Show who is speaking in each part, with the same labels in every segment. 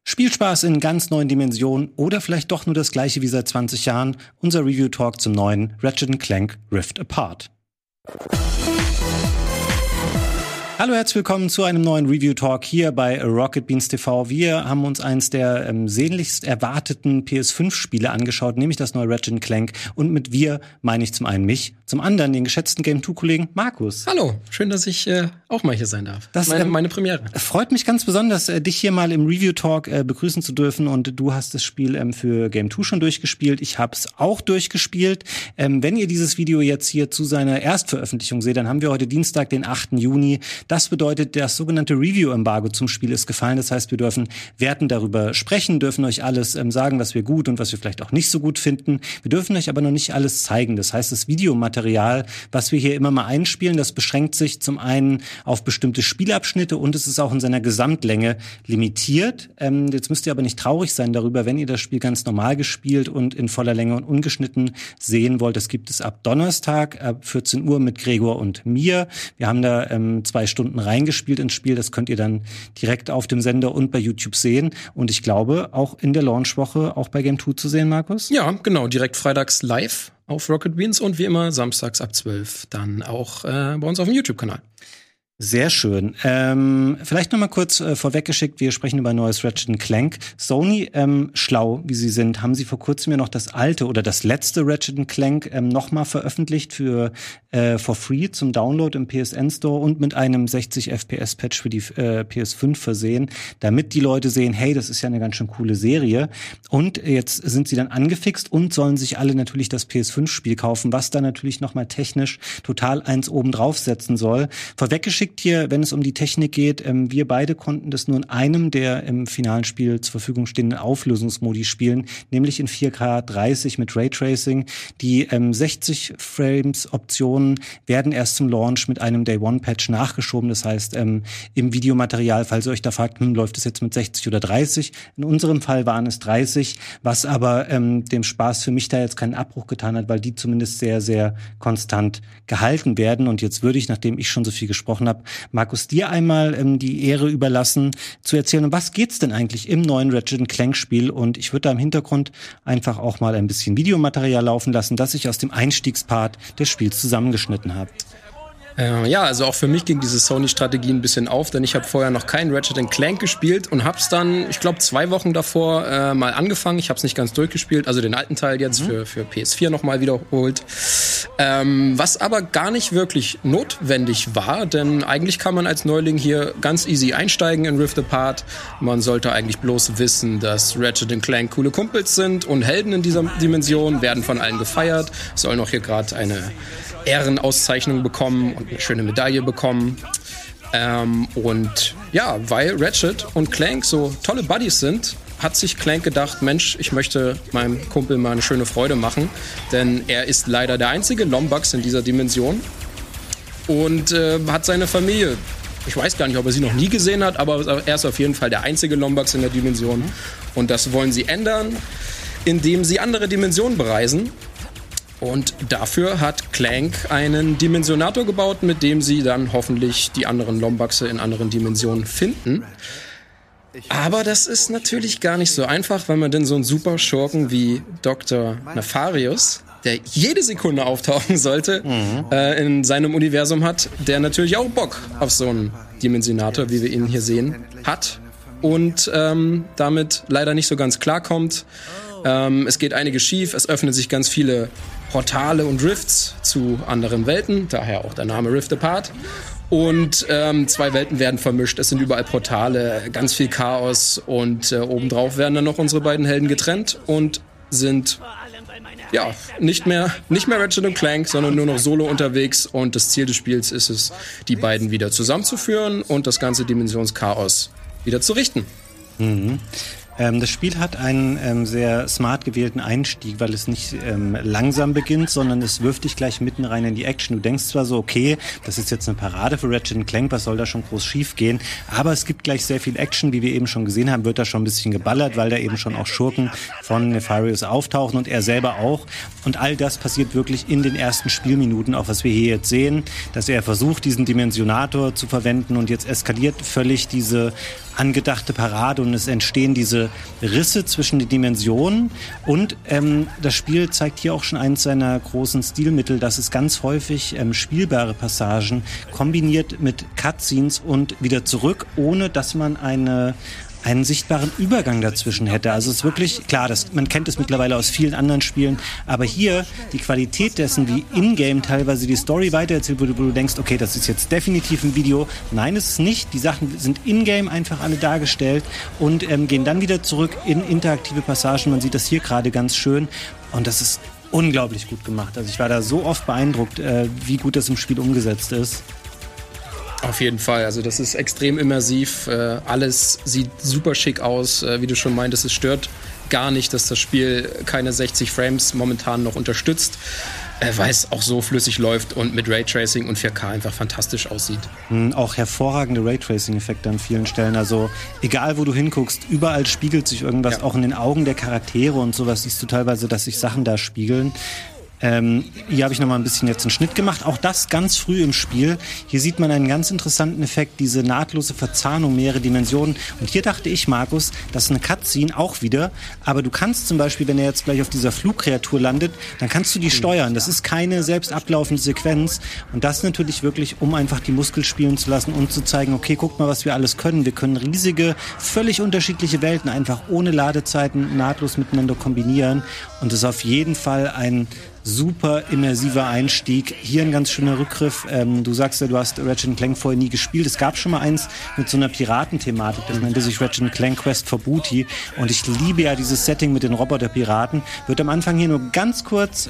Speaker 1: Spielspaß in ganz neuen Dimensionen oder vielleicht doch nur das gleiche wie seit 20 Jahren. Unser Review-Talk zum neuen Ratchet & Clank Rift Apart. Hallo, herzlich willkommen zu einem neuen Review-Talk hier bei Rocket Beans TV. Wir haben uns eins der sehnlichst erwarteten PS5-Spiele angeschaut, nämlich das neue Ratchet & Clank. Und mit wir meine ich zum einen mich, zum anderen den geschätzten Game2-Kollegen Markus.
Speaker 2: Hallo, schön, dass ich auch mal hier sein darf. Das meine Premiere.
Speaker 1: Freut mich ganz besonders, dich hier mal im Review-Talk begrüßen zu dürfen. Und du hast das Spiel für Game2 schon durchgespielt. Ich habe es auch durchgespielt. Wenn ihr dieses Video jetzt hier zu seiner Erstveröffentlichung seht, dann haben wir heute Dienstag, den 8. Juni. Das bedeutet, das sogenannte Review-Embargo zum Spiel ist gefallen. Das heißt, wir dürfen werten darüber sprechen, dürfen euch alles sagen, was wir gut und was wir vielleicht auch nicht so gut finden. Wir dürfen euch aber noch nicht alles zeigen. Das heißt, das Videomaterial, was wir hier immer mal einspielen, das beschränkt sich zum einen auf bestimmte Spielabschnitte und es ist auch in seiner Gesamtlänge limitiert. Jetzt müsst ihr aber nicht traurig sein darüber, wenn ihr das Spiel ganz normal gespielt und in voller Länge und ungeschnitten sehen wollt. Das gibt es ab Donnerstag, ab 14 Uhr mit Gregor und mir. Wir haben da 2 Stunden reingespielt ins Spiel. Das könnt ihr dann direkt auf dem Sender und bei YouTube sehen. Und ich glaube, auch in der Launchwoche auch bei Game2 zu sehen, Markus?
Speaker 2: Ja, genau. Direkt freitags live auf Rocket Beans und wie immer samstags ab 12 dann auch bei uns auf dem YouTube-Kanal.
Speaker 1: Sehr schön. Vielleicht noch mal kurz vorweggeschickt, wir sprechen über ein neues Ratchet & Clank. Sony, schlau wie sie sind, haben sie vor kurzem ja noch das alte oder das letzte Ratchet & Clank noch mal veröffentlicht for free zum Download im PSN Store und mit einem 60 FPS Patch für die PS5 versehen, damit die Leute sehen, hey, das ist ja eine ganz schön coole Serie. Und jetzt sind sie dann angefixt und sollen sich alle natürlich das PS5-Spiel kaufen, was da natürlich noch mal technisch total eins oben draufsetzen soll. Vorweggeschickt hier, wenn es um die Technik geht, wir beide konnten das nur in einem der im finalen Spiel zur Verfügung stehenden Auflösungsmodi spielen, nämlich in 4K 30 mit Raytracing. Die 60 Frames Optionen werden erst zum Launch mit einem Day-One-Patch nachgeschoben. Das heißt, im Videomaterial, falls ihr euch da fragt, läuft es jetzt mit 60 oder 30? In unserem Fall waren es 30, was aber dem Spaß für mich da jetzt keinen Abbruch getan hat, weil die zumindest sehr, sehr konstant gehalten werden. Und jetzt würde ich, nachdem ich schon so viel gesprochen habe, Markus, dir einmal die Ehre überlassen, zu erzählen, um was geht's denn eigentlich im neuen Ratchet & Clank Spiel? Und ich würde da im Hintergrund einfach auch mal ein bisschen Videomaterial laufen lassen, das ich aus dem Einstiegspart des Spiels zusammengeschnitten habe.
Speaker 2: Ja, also auch für mich ging diese Sony-Strategie ein bisschen auf, denn ich habe vorher noch kein Ratchet & Clank gespielt und hab's dann, ich glaube 2 Wochen davor mal angefangen. Ich habe es nicht ganz durchgespielt, also den alten Teil jetzt für PS4 nochmal wiederholt. Was aber gar nicht wirklich notwendig war, denn eigentlich kann man als Neuling hier ganz easy einsteigen in Rift Apart. Man sollte eigentlich bloß wissen, dass Ratchet & Clank coole Kumpels sind und Helden in dieser Dimension, werden von allen gefeiert, sollen auch hier gerade eine Ehrenauszeichnung bekommen und eine schöne Medaille bekommen. Und ja, weil Ratchet und Clank so tolle Buddies sind, hat sich Clank gedacht, Mensch, ich möchte meinem Kumpel mal eine schöne Freude machen, denn er ist leider der einzige Lombax in dieser Dimension und hat seine Familie, ich weiß gar nicht, ob er sie noch nie gesehen hat, aber er ist auf jeden Fall der einzige Lombax in der Dimension und das wollen sie ändern, indem sie andere Dimensionen bereisen. Und dafür hat Clank einen Dimensionator gebaut, mit dem sie dann hoffentlich die anderen Lombaxe in anderen Dimensionen finden. Aber das ist natürlich gar nicht so einfach, weil man denn so einen super Schurken wie Dr. Nefarious, der jede Sekunde auftauchen sollte, in seinem Universum hat, der natürlich auch Bock auf so einen Dimensionator, wie wir ihn hier sehen, hat und damit leider nicht so ganz klarkommt. Es geht einiges schief, es öffnen sich ganz viele Portale und Rifts zu anderen Welten, daher auch der Name Rift Apart. Und 2 Welten werden vermischt, es sind überall Portale, ganz viel Chaos und obendrauf werden dann noch unsere beiden Helden getrennt und sind ja nicht mehr Ratchet & Clank, sondern nur noch solo unterwegs und das Ziel des Spiels ist es, die beiden wieder zusammenzuführen und das ganze Dimensionschaos wieder zu richten.
Speaker 1: Das Spiel hat einen sehr smart gewählten Einstieg, weil es nicht langsam beginnt, sondern es wirft dich gleich mitten rein in die Action. Du denkst zwar so, okay, das ist jetzt eine Parade für Ratchet & Clank, was soll da schon groß schief gehen? Aber es gibt gleich sehr viel Action, wie wir eben schon gesehen haben, wird da schon ein bisschen geballert, weil da eben schon auch Schurken von Nefarious auftauchen und er selber auch. Und all das passiert wirklich in den ersten Spielminuten, auch was wir hier jetzt sehen, dass er versucht, diesen Dimensionator zu verwenden und jetzt eskaliert völlig diese angedachte Parade und es entstehen diese Risse zwischen den Dimensionen und das Spiel zeigt hier auch schon eins seiner großen Stilmittel, dass es ganz häufig spielbare Passagen kombiniert mit Cutscenes und wieder zurück, ohne dass man einen sichtbaren Übergang dazwischen hätte. Also es ist wirklich, klar, man kennt es mittlerweile aus vielen anderen Spielen, aber hier die Qualität dessen, wie in-game teilweise die Story weitererzählt wurde, wo du denkst, okay, das ist jetzt definitiv ein Video. Nein, es ist nicht. Die Sachen sind in-game einfach alle dargestellt und gehen dann wieder zurück in interaktive Passagen. Man sieht das hier gerade ganz schön und das ist unglaublich gut gemacht. Also ich war da so oft beeindruckt, wie gut das im Spiel umgesetzt ist.
Speaker 2: Auf jeden Fall, also das ist extrem immersiv, alles sieht super schick aus, wie du schon meintest, es stört gar nicht, dass das Spiel keine 60 Frames momentan noch unterstützt, weil es auch so flüssig läuft und mit Raytracing und 4K einfach fantastisch aussieht.
Speaker 1: Auch hervorragende Raytracing-Effekte an vielen Stellen, also egal wo du hinguckst, überall spiegelt sich irgendwas, auch in den Augen der Charaktere und sowas siehst du teilweise, dass sich Sachen da spiegeln. Hier habe ich noch mal ein bisschen jetzt einen Schnitt gemacht. Auch das ganz früh im Spiel. Hier sieht man einen ganz interessanten Effekt, diese nahtlose Verzahnung, mehrere Dimensionen. Und hier dachte ich, Markus, das ist eine Cutscene auch wieder. Aber du kannst zum Beispiel, wenn er jetzt gleich auf dieser Flugkreatur landet, dann kannst du die steuern. Das ist keine selbst ablaufende Sequenz. Und das natürlich wirklich, um einfach die Muskeln spielen zu lassen und zu zeigen, okay, guck mal, was wir alles können. Wir können riesige, völlig unterschiedliche Welten einfach ohne Ladezeiten nahtlos miteinander kombinieren. Und das ist auf jeden Fall ein super immersiver Einstieg. Hier ein ganz schöner Rückgriff. Du sagst ja, du hast Ratchet & Clank vorher nie gespielt. Es gab schon mal eins mit so einer Piratenthematik. Das nannte sich Ratchet & Clank Quest for Booty. Und ich liebe ja dieses Setting mit den Roboter-Piraten. Wird am Anfang hier nur ganz kurz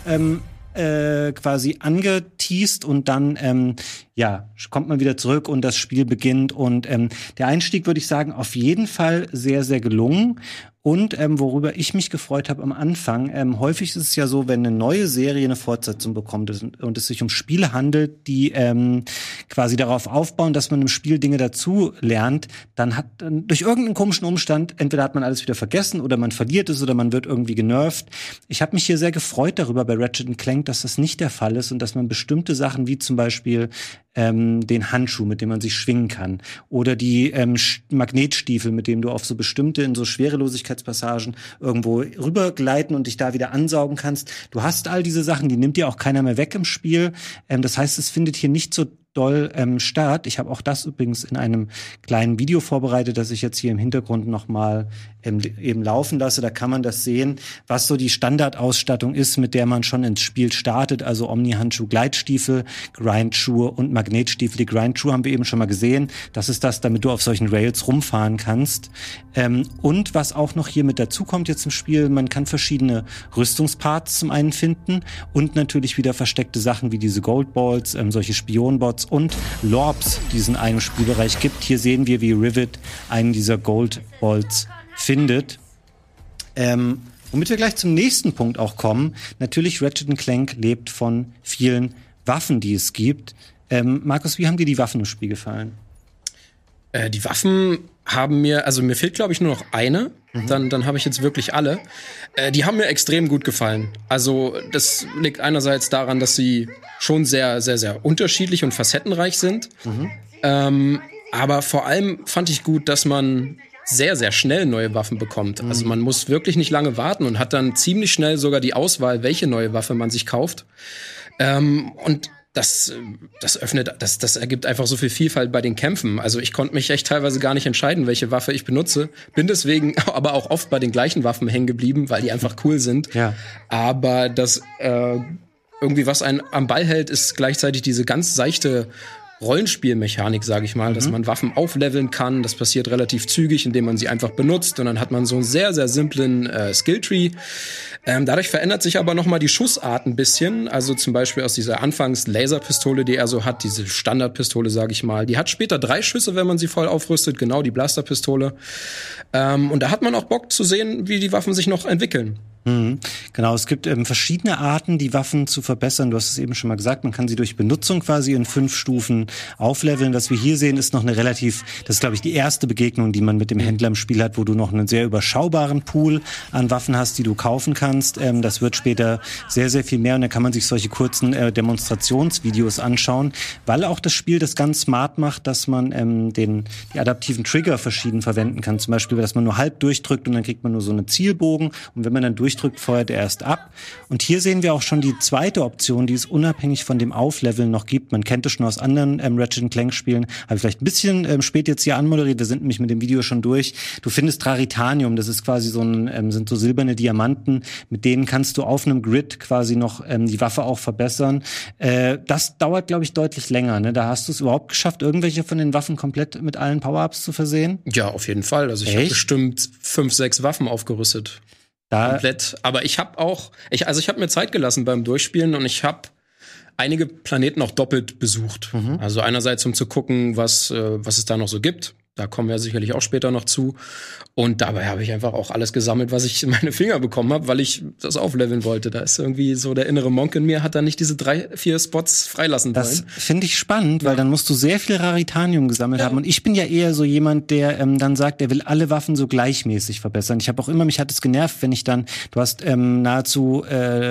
Speaker 1: quasi angeteast und dann kommt man wieder zurück und das Spiel beginnt. Und der Einstieg, würde ich sagen, auf jeden Fall sehr, sehr gelungen. Und worüber ich mich gefreut habe am Anfang, häufig ist es ja so, wenn eine neue Serie eine Fortsetzung bekommt und es sich um Spiele handelt, die quasi darauf aufbauen, dass man im Spiel Dinge dazu lernt, dann durch irgendeinen komischen Umstand, entweder hat man alles wieder vergessen oder man verliert es oder man wird irgendwie genervt. Ich habe mich hier sehr gefreut darüber bei Ratchet & Clank, dass das nicht der Fall ist und dass man bestimmte Sachen wie zum Beispiel den Handschuh, mit dem man sich schwingen kann, oder die Magnetstiefel, mit dem du auf so bestimmte, in so Schwerelosigkeitspassagen irgendwo rübergleiten und dich da wieder ansaugen kannst. Du hast all diese Sachen, die nimmt dir auch keiner mehr weg im Spiel. Das heißt, es findet hier nicht so doll statt. Ich habe auch das übrigens in einem kleinen Video vorbereitet, das ich jetzt hier im Hintergrund nochmal eben laufen lasse. Da kann man das sehen, was so die Standardausstattung ist, mit der man schon ins Spiel startet. Also Omni-Handschuh, Gleitstiefel, Grindschuhe und Magnetstiefel. Die Grindschuhe haben wir eben schon mal gesehen. Das ist das, damit du auf solchen Rails rumfahren kannst. Und was auch noch hier mit dazu kommt jetzt im Spiel, man kann verschiedene Rüstungsparts zum einen finden und natürlich wieder versteckte Sachen wie diese Goldballs, solche Spionbots und Lorbs, die es in einem Spielbereich gibt. Hier sehen wir, wie Rivet einen dieser Goldballs findet. Womit wir gleich zum nächsten Punkt auch kommen. Natürlich, Ratchet & Clank lebt von vielen Waffen, die es gibt. Markus, wie haben dir die Waffen im Spiel gefallen?
Speaker 2: Die Waffen haben mir fehlt, glaube ich, nur noch eine. Dann habe ich jetzt wirklich alle. Die haben mir extrem gut gefallen. Also das liegt einerseits daran, dass sie schon sehr, sehr, sehr unterschiedlich und facettenreich sind. Aber vor allem fand ich gut, dass man sehr, sehr schnell neue Waffen bekommt. Also man muss wirklich nicht lange warten und hat dann ziemlich schnell sogar die Auswahl, welche neue Waffe man sich kauft. Und das ergibt einfach so viel Vielfalt bei den Kämpfen. Also ich konnte mich echt teilweise gar nicht entscheiden, welche Waffe ich benutze. Bin deswegen aber auch oft bei den gleichen Waffen hängen geblieben, weil die einfach cool sind. Ja. Aber das irgendwie, was einen am Ball hält, ist gleichzeitig diese ganz seichte Rollenspielmechanik, sage ich mal, dass man Waffen aufleveln kann. Das passiert relativ zügig, indem man sie einfach benutzt. Und dann hat man so einen sehr, sehr simplen Skilltree. Dadurch verändert sich aber noch mal die Schussart ein bisschen. Also zum Beispiel aus dieser Anfangs-Laserpistole, die er so hat, diese Standardpistole, sage ich mal. Die hat später 3 Schüsse, wenn man sie voll aufrüstet. Genau, die Blasterpistole. Und da hat man auch Bock zu sehen, wie die Waffen sich noch entwickeln.
Speaker 1: Genau, es gibt verschiedene Arten, die Waffen zu verbessern. Du hast es eben schon mal gesagt, man kann sie durch Benutzung quasi in 5 Stufen aufleveln. Was wir hier sehen, ist noch eine das ist, glaube ich, die erste Begegnung, die man mit dem Händler im Spiel hat, wo du noch einen sehr überschaubaren Pool an Waffen hast, die du kaufen kannst. Das wird später sehr, sehr viel mehr und dann kann man sich solche kurzen Demonstrationsvideos anschauen, weil auch das Spiel das ganz smart macht, dass man die adaptiven Trigger verschieden verwenden kann. Zum Beispiel, dass man nur halb durchdrückt und dann kriegt man nur so einen Zielbogen und wenn man dann durchdrückt, feuert er erst ab. Und hier sehen wir auch schon die zweite Option, die es unabhängig von dem Aufleveln noch gibt. Man kennt es schon aus anderen Ratchet & Clank-Spielen. Habe ich vielleicht ein bisschen spät jetzt hier anmoderiert, wir sind nämlich mit dem Video schon durch. Du findest Raritanium, das ist quasi sind so silberne Diamanten, mit denen kannst du auf einem Grid quasi noch die Waffe auch verbessern. Das dauert, glaube ich, deutlich länger. Ne? Da hast du es überhaupt geschafft, irgendwelche von den Waffen komplett mit allen Power-Ups zu versehen?
Speaker 2: Ja, auf jeden Fall. Also ich habe bestimmt 5, 6 Waffen aufgerüstet. Komplett. Aber ich habe mir Zeit gelassen beim Durchspielen und ich habe einige Planeten auch doppelt besucht. Also einerseits, um zu gucken, was es da noch so gibt. Da kommen wir sicherlich auch später noch zu. Und dabei habe ich einfach auch alles gesammelt, was ich in meine Finger bekommen habe, weil ich das aufleveln wollte. Da ist irgendwie so der innere Monk in mir, hat da nicht diese 3, 4 Spots freilassen wollen.
Speaker 1: Das finde ich spannend, weil dann musst du sehr viel Raritanium gesammelt haben. Und ich bin ja eher so jemand, der dann sagt, er will alle Waffen so gleichmäßig verbessern. Ich habe auch immer, mich hat es genervt, wenn ich dann, du hast nahezu,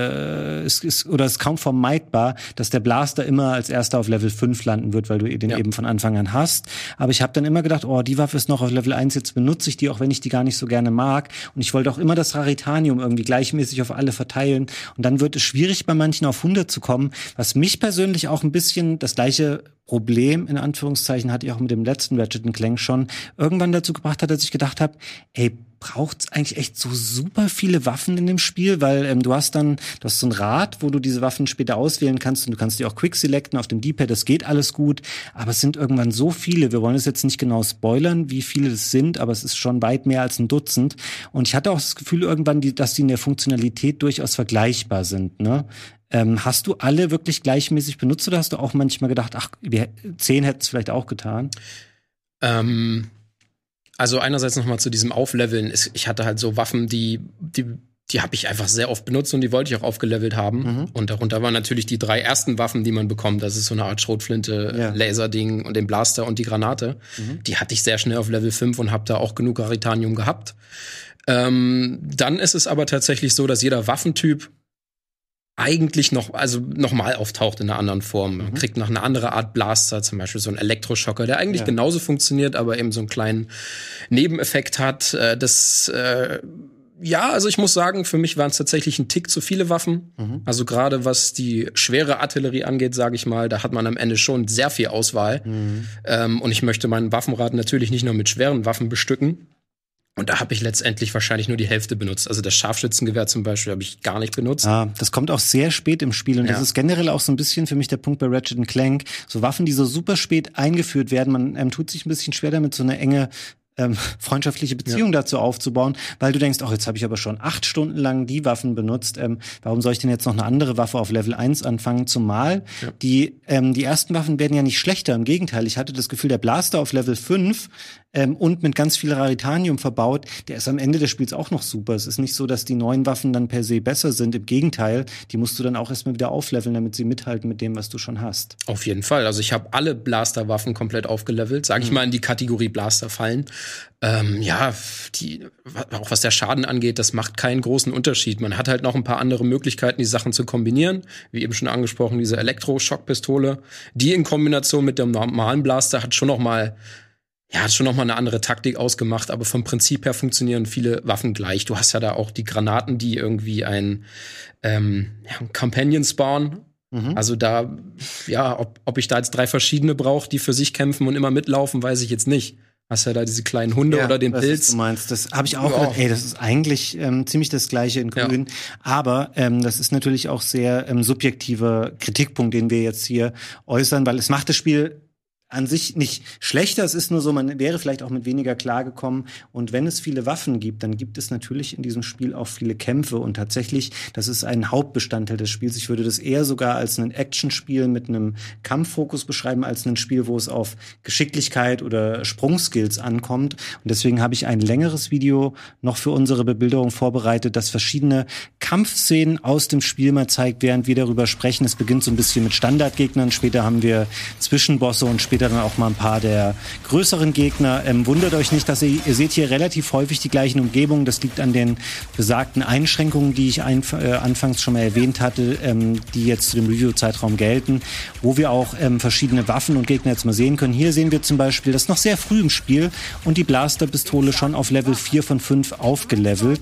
Speaker 1: es ist kaum vermeidbar, dass der Blaster immer als erster auf Level 5 landen wird, weil du den eben von Anfang an hast. Aber ich habe dann immer gedacht, die Waffe ist noch auf Level 1, jetzt benutze ich die, auch wenn ich die gar nicht so gerne mag. Und ich wollte auch immer das Raritanium irgendwie gleichmäßig auf alle verteilen. Und dann wird es schwierig, bei manchen auf 100 zu kommen. Was mich persönlich auch ein bisschen das gleiche Problem, in Anführungszeichen, hatte ich auch mit dem letzten Ratchet & Clank schon, irgendwann dazu gebracht hat, dass ich gedacht habe, braucht's eigentlich echt so super viele Waffen in dem Spiel, weil du hast so ein Rad, wo du diese Waffen später auswählen kannst und du kannst die auch quick selecten auf dem D-Pad, das geht alles gut, aber es sind irgendwann so viele, wir wollen es jetzt nicht genau spoilern, wie viele das sind, aber es ist schon weit mehr als ein Dutzend und ich hatte auch das Gefühl irgendwann, dass die in der Funktionalität durchaus vergleichbar sind, ne? Hast du alle wirklich gleichmäßig benutzt oder hast du auch manchmal gedacht, 10 hätten es vielleicht auch getan?
Speaker 2: Also einerseits noch mal zu diesem Aufleveln. Ich hatte halt so Waffen, die habe ich einfach sehr oft benutzt und die wollte ich auch aufgelevelt haben. Und darunter waren natürlich die 3 ersten Waffen, die man bekommt. Das ist so eine Art Schrotflinte, Laserding und den Blaster und die Granate. Die hatte ich sehr schnell auf Level 5 und habe da auch genug Raritanium gehabt. Dann ist es aber tatsächlich so, dass jeder Waffentyp eigentlich noch mal auftaucht in einer anderen Form. Man kriegt noch eine andere Art Blaster, zum Beispiel so einen Elektroschocker, der eigentlich genauso funktioniert, aber eben so einen kleinen Nebeneffekt hat. Also ich muss sagen, für mich waren es tatsächlich ein Tick zu viele Waffen. Also gerade was die schwere Artillerie angeht, sage ich mal, da hat man am Ende schon sehr viel Auswahl. Und ich möchte meinen Waffenrad natürlich nicht nur mit schweren Waffen bestücken. Und da habe ich letztendlich wahrscheinlich nur die Hälfte benutzt. Also das Scharfschützengewehr zum Beispiel habe ich gar nicht benutzt.
Speaker 1: Das kommt auch sehr spät im Spiel. Und das ist generell auch so ein bisschen für mich der Punkt bei Ratchet & Clank. So Waffen, die so super spät eingeführt werden. Man tut sich ein bisschen schwer damit, so eine enge freundschaftliche Beziehung dazu aufzubauen, weil du denkst, jetzt habe ich aber schon 8 Stunden lang die Waffen benutzt, warum soll ich denn jetzt noch eine andere Waffe auf Level 1 anfangen? Zumal die ersten Waffen werden ja nicht schlechter, im Gegenteil, ich hatte das Gefühl, der Blaster auf Level 5 und mit ganz viel Raritanium verbaut, der ist am Ende des Spiels auch noch super. Es ist nicht so, dass die neuen Waffen dann per se besser sind, im Gegenteil, die musst du dann auch erstmal wieder aufleveln, damit sie mithalten mit dem, was du schon hast.
Speaker 2: Auf jeden Fall, also ich habe alle Blasterwaffen komplett aufgelevelt, sage ich mal, in die Kategorie Blaster fallen. Auch was der Schaden angeht, das macht keinen großen Unterschied. Man hat halt noch ein paar andere Möglichkeiten, die Sachen zu kombinieren. Wie eben schon angesprochen, diese Elektroschockpistole, die in Kombination mit dem normalen Blaster hat schon noch mal eine andere Taktik ausgemacht, aber vom Prinzip her funktionieren viele Waffen gleich. Du hast ja da auch die Granaten, die irgendwie ein Companion spawnen. Also da, ob ich da jetzt 3 verschiedene brauche, die für sich kämpfen und immer mitlaufen, weiß ich jetzt nicht. Hast ja da diese kleinen Hunde oder den Pilz.
Speaker 1: Du meinst, das habe ich auch gedacht, das ist eigentlich ziemlich das Gleiche in Grün. Aber das ist natürlich auch sehr subjektiver Kritikpunkt, den wir jetzt hier äußern, weil es macht das Spiel an sich nicht schlechter. Es ist nur so, man wäre vielleicht auch mit weniger klargekommen. Und wenn es viele Waffen gibt, dann gibt es natürlich in diesem Spiel auch viele Kämpfe. Und tatsächlich, das ist ein Hauptbestandteil des Spiels. Ich würde das eher sogar als ein Actionspiel mit einem Kampffokus beschreiben, als ein Spiel, wo es auf Geschicklichkeit oder Sprungskills ankommt. Und deswegen habe ich ein längeres Video noch für unsere Bebilderung vorbereitet, das verschiedene Kampfszenen aus dem Spiel mal zeigt, während wir darüber sprechen. Es beginnt so ein bisschen mit Standardgegnern. Später haben wir Zwischenbosse und später dann auch mal ein paar der größeren Gegner. Wundert euch nicht, dass ihr seht hier relativ häufig die gleichen Umgebungen. Das liegt an den besagten Einschränkungen, die ich anfangs schon mal erwähnt hatte, die jetzt zu dem Review-Zeitraum gelten, wo wir auch verschiedene Waffen und Gegner jetzt mal sehen können. Hier sehen wir zum Beispiel, das ist noch sehr früh im Spiel und die Blasterpistole schon auf Level 4 von 5 aufgelevelt.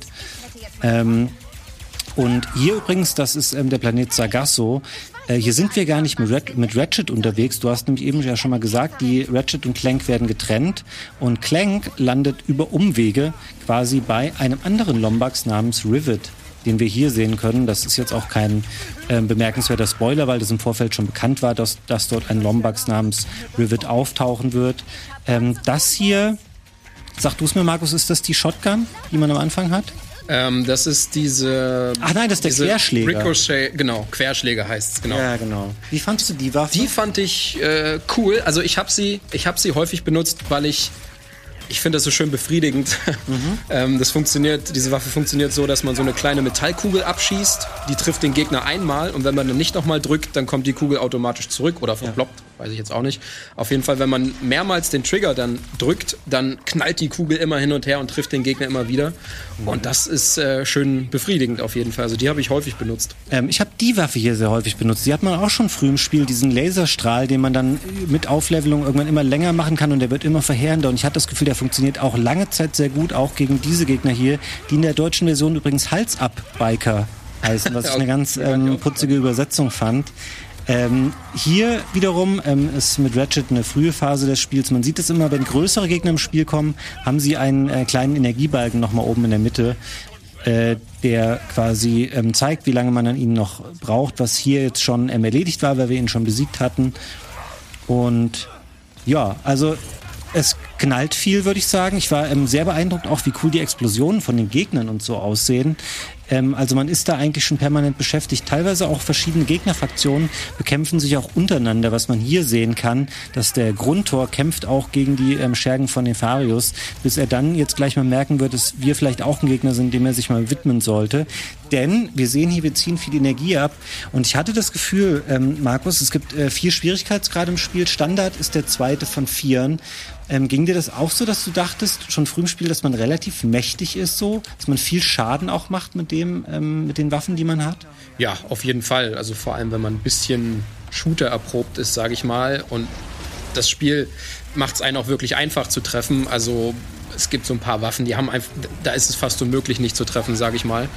Speaker 1: Und hier übrigens, das ist der Planet Sargasso. Hier sind wir gar nicht mit Ratchet unterwegs. Du hast nämlich eben ja schon mal gesagt, die Ratchet und Clank werden getrennt. Und Clank landet über Umwege quasi bei einem anderen Lombax namens Rivet, den wir hier sehen können. Das ist jetzt auch kein bemerkenswerter Spoiler, weil das im Vorfeld schon bekannt war, dass dort ein Lombax namens Rivet auftauchen wird. Das hier, sag du es mir, Markus, ist das die Shotgun, die man am Anfang hat?
Speaker 2: Das ist diese...
Speaker 1: Ach nein, das ist der Querschläger.
Speaker 2: Ricochet, genau, Querschläger heißt es, genau.
Speaker 1: Ja, genau. Wie fandst du die Waffe?
Speaker 2: Die fand ich cool. Also ich habe sie häufig benutzt, weil ich finde das so schön befriedigend. Das funktioniert, diese Waffe funktioniert so, dass man so eine kleine Metallkugel abschießt, die trifft den Gegner einmal und wenn man dann nicht nochmal drückt, dann kommt die Kugel automatisch zurück oder verploppt, weiß ich jetzt auch nicht. Auf jeden Fall, wenn man mehrmals den Trigger dann drückt, dann knallt die Kugel immer hin und her und trifft den Gegner immer wieder. Und das ist schön befriedigend auf jeden Fall. Also die habe ich häufig benutzt.
Speaker 1: Ich habe die Waffe hier sehr häufig benutzt. Die hat man auch schon früh im Spiel, diesen Laserstrahl, den man dann mit Auflevelung irgendwann immer länger machen kann und der wird immer verheerender. Und ich hatte das Gefühl, der funktioniert auch lange Zeit sehr gut, auch gegen diese Gegner hier, die in der deutschen Version übrigens Hals-Up-Biker heißen, was ich eine ganz putzige Übersetzung fand. Hier wiederum ist mit Ratchet eine frühe Phase des Spiels. Man sieht es immer, wenn größere Gegner im Spiel kommen, haben sie einen kleinen Energiebalken nochmal oben in der Mitte, der quasi zeigt, wie lange man an ihnen noch braucht, was hier jetzt schon erledigt war, weil wir ihn schon besiegt hatten. Und ja, also es knallt viel, würde ich sagen. Ich war sehr beeindruckt auch, wie cool die Explosionen von den Gegnern und so aussehen. Also man ist da eigentlich schon permanent beschäftigt. Teilweise auch verschiedene Gegnerfraktionen bekämpfen sich auch untereinander, was man hier sehen kann, dass der Grundtor kämpft auch gegen die Schergen von Nefarius, bis er dann jetzt gleich mal merken wird, dass wir vielleicht auch ein Gegner sind, dem er sich mal widmen sollte. Denn wir sehen hier, wir ziehen viel Energie ab. Und ich hatte das Gefühl, Markus, es gibt 4 Schwierigkeitsgrade im Spiel. Standard ist der 2. von 4. Ging dir das auch so, dass du dachtest, schon früh im Spiel, dass man relativ mächtig ist so? Dass man viel Schaden auch macht mit den Waffen, die man hat?
Speaker 2: Ja, auf jeden Fall. Also vor allem, wenn man ein bisschen Shooter erprobt ist, sage ich mal. Und das Spiel macht es einen auch wirklich einfach zu treffen. Also es gibt so ein paar Waffen, die haben einfach, da ist es fast unmöglich, nicht zu treffen, sage ich mal.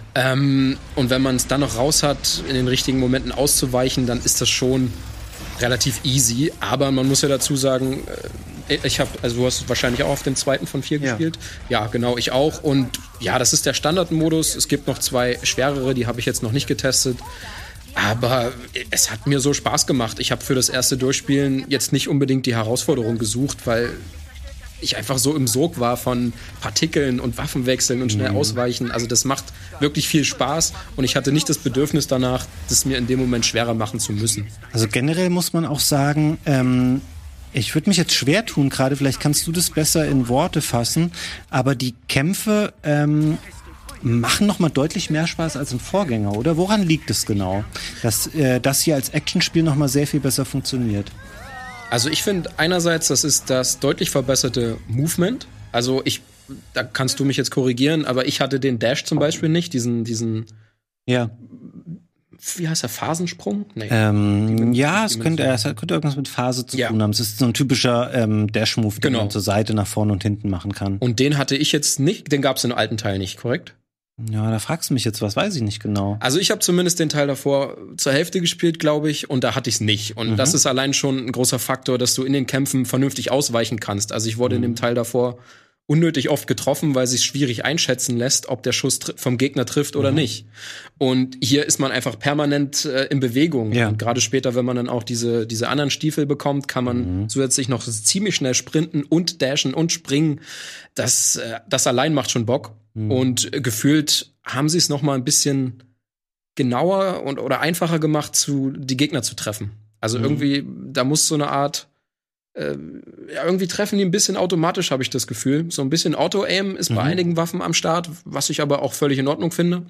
Speaker 2: Und wenn man es dann noch raus hat, in den richtigen Momenten auszuweichen, dann ist das schon relativ easy. Aber man muss ja dazu sagen, du hast wahrscheinlich auch auf dem 2. von 4 gespielt. Ja, genau, ich auch. Und ja, das ist der Standardmodus. Es gibt noch 2 schwerere, die habe ich jetzt noch nicht getestet. Aber es hat mir so Spaß gemacht. Ich habe für das erste Durchspielen jetzt nicht unbedingt die Herausforderung gesucht, weil ich einfach so im Sog war von Partikeln und Waffenwechseln und schnell ausweichen. Also das macht wirklich viel Spaß und ich hatte nicht das Bedürfnis danach, das mir in dem Moment schwerer machen zu müssen.
Speaker 1: Also generell muss man auch sagen, ich würde mich jetzt schwer tun, gerade vielleicht kannst du das besser in Worte fassen, aber die Kämpfe machen nochmal deutlich mehr Spaß als im Vorgänger, oder? Woran liegt es genau, dass das hier als Actionspiel nochmal sehr viel besser funktioniert?
Speaker 2: Also ich finde einerseits, das ist das deutlich verbesserte Movement. Also da kannst du mich jetzt korrigieren, aber ich hatte den Dash zum Beispiel nicht, diesen
Speaker 1: ja.
Speaker 2: Wie heißt der, Phasensprung? Nee.
Speaker 1: Es könnte irgendwas mit Phase zu tun haben. Es ist so ein typischer Dash-Move, den man zur Seite, nach vorne und hinten machen kann.
Speaker 2: Und den hatte ich jetzt nicht, den gab es im alten Teil nicht, korrekt?
Speaker 1: Ja, da fragst du mich jetzt was, weiß ich nicht genau.
Speaker 2: Also ich habe zumindest den Teil davor zur Hälfte gespielt, glaube ich, und da hatte ich es nicht. Und das ist allein schon ein großer Faktor, dass du in den Kämpfen vernünftig ausweichen kannst. Also ich wurde in dem Teil davor unnötig oft getroffen, weil sich schwierig einschätzen lässt, ob der Schuss vom Gegner trifft oder nicht. Und hier ist man einfach permanent in Bewegung.
Speaker 1: Ja.
Speaker 2: Und gerade später, wenn man dann auch diese anderen Stiefel bekommt, kann man zusätzlich noch ziemlich schnell sprinten und dashen und springen. Das allein macht schon Bock. Und gefühlt haben sie es noch mal ein bisschen genauer oder einfacher gemacht, die Gegner zu treffen. Also irgendwie, da muss so eine Art irgendwie treffen die ein bisschen automatisch, habe ich das Gefühl. So ein bisschen Auto-Aim ist bei einigen Waffen am Start, was ich aber auch völlig in Ordnung finde.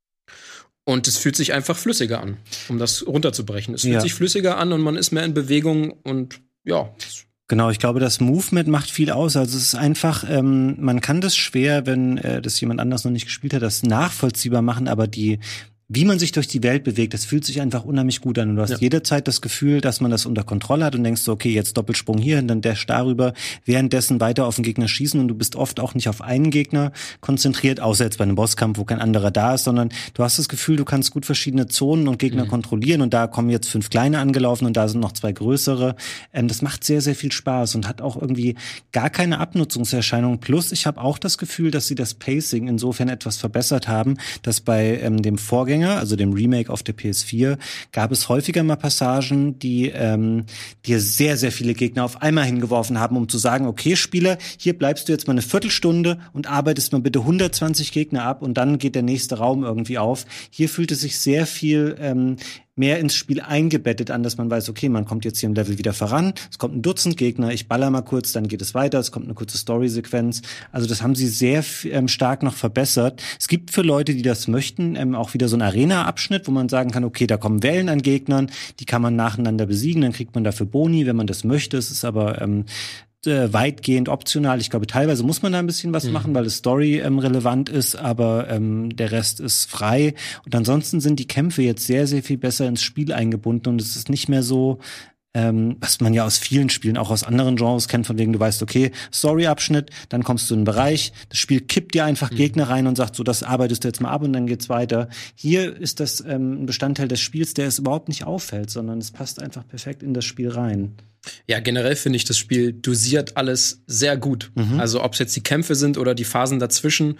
Speaker 2: Und es fühlt sich einfach flüssiger an, um das runterzubrechen. Es fühlt sich flüssiger an und man ist mehr in Bewegung und ja.
Speaker 1: Genau, ich glaube, das Movement macht viel aus. Also es ist einfach, man kann das schwer, wenn das jemand anders noch nicht gespielt hat, das nachvollziehbar machen, aber wie man sich durch die Welt bewegt, das fühlt sich einfach unheimlich gut an. Und du hast jederzeit das Gefühl, dass man das unter Kontrolle hat und denkst so, okay, jetzt Doppelsprung hier und dann Dash darüber, währenddessen weiter auf den Gegner schießen und du bist oft auch nicht auf einen Gegner konzentriert, außer jetzt bei einem Bosskampf, wo kein anderer da ist, sondern du hast das Gefühl, du kannst gut verschiedene Zonen und Gegner kontrollieren und da kommen jetzt 5 kleine angelaufen und da sind noch 2 größere. Das macht sehr, sehr viel Spaß und hat auch irgendwie gar keine Abnutzungserscheinung. Plus, ich habe auch das Gefühl, dass sie das Pacing insofern etwas verbessert haben, dass bei dem Vorgänger, also dem Remake auf der PS4, gab es häufiger mal Passagen, die dir sehr, sehr viele Gegner auf einmal hingeworfen haben, um zu sagen, okay, Spieler, hier bleibst du jetzt mal eine Viertelstunde und arbeitest mal bitte 120 Gegner ab und dann geht der nächste Raum irgendwie auf. Hier fühlt es sich sehr viel mehr ins Spiel eingebettet an, dass man weiß, okay, man kommt jetzt hier im Level wieder voran, es kommt ein Dutzend Gegner, ich baller mal kurz, dann geht es weiter, es kommt eine kurze Story-Sequenz. Also das haben sie sehr stark noch verbessert. Es gibt für Leute, die das möchten, auch wieder so einen Arena-Abschnitt, wo man sagen kann, okay, da kommen Wellen an Gegnern, die kann man nacheinander besiegen, dann kriegt man dafür Boni, wenn man das möchte. Es ist aber weitgehend optional. Ich glaube, teilweise muss man da ein bisschen was machen, weil es Story relevant ist, aber der Rest ist frei. Und ansonsten sind die Kämpfe jetzt sehr, sehr viel besser ins Spiel eingebunden und es ist nicht mehr so, was man ja aus vielen Spielen, auch aus anderen Genres kennt, von wegen du weißt, okay, Story-Abschnitt, dann kommst du in einen Bereich, das Spiel kippt dir einfach Gegner rein und sagt so, das arbeitest du jetzt mal ab und dann geht's weiter. Hier ist das ein Bestandteil des Spiels, der es überhaupt nicht auffällt, sondern es passt einfach perfekt in das Spiel rein.
Speaker 2: Ja, generell finde ich, das Spiel dosiert alles sehr gut. Also ob es jetzt die Kämpfe sind oder die Phasen dazwischen.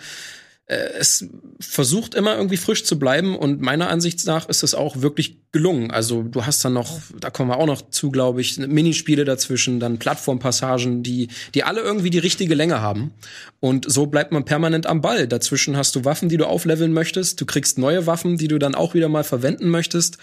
Speaker 2: Es versucht immer irgendwie frisch zu bleiben und meiner Ansicht nach ist es auch wirklich gelungen. Also du hast dann noch, da kommen wir auch noch zu, glaube ich, Minispiele dazwischen, dann Plattformpassagen, die alle irgendwie die richtige Länge haben. Und so bleibt man permanent am Ball. Dazwischen hast du Waffen, die du aufleveln möchtest. Du kriegst neue Waffen, die du dann auch wieder mal verwenden möchtest.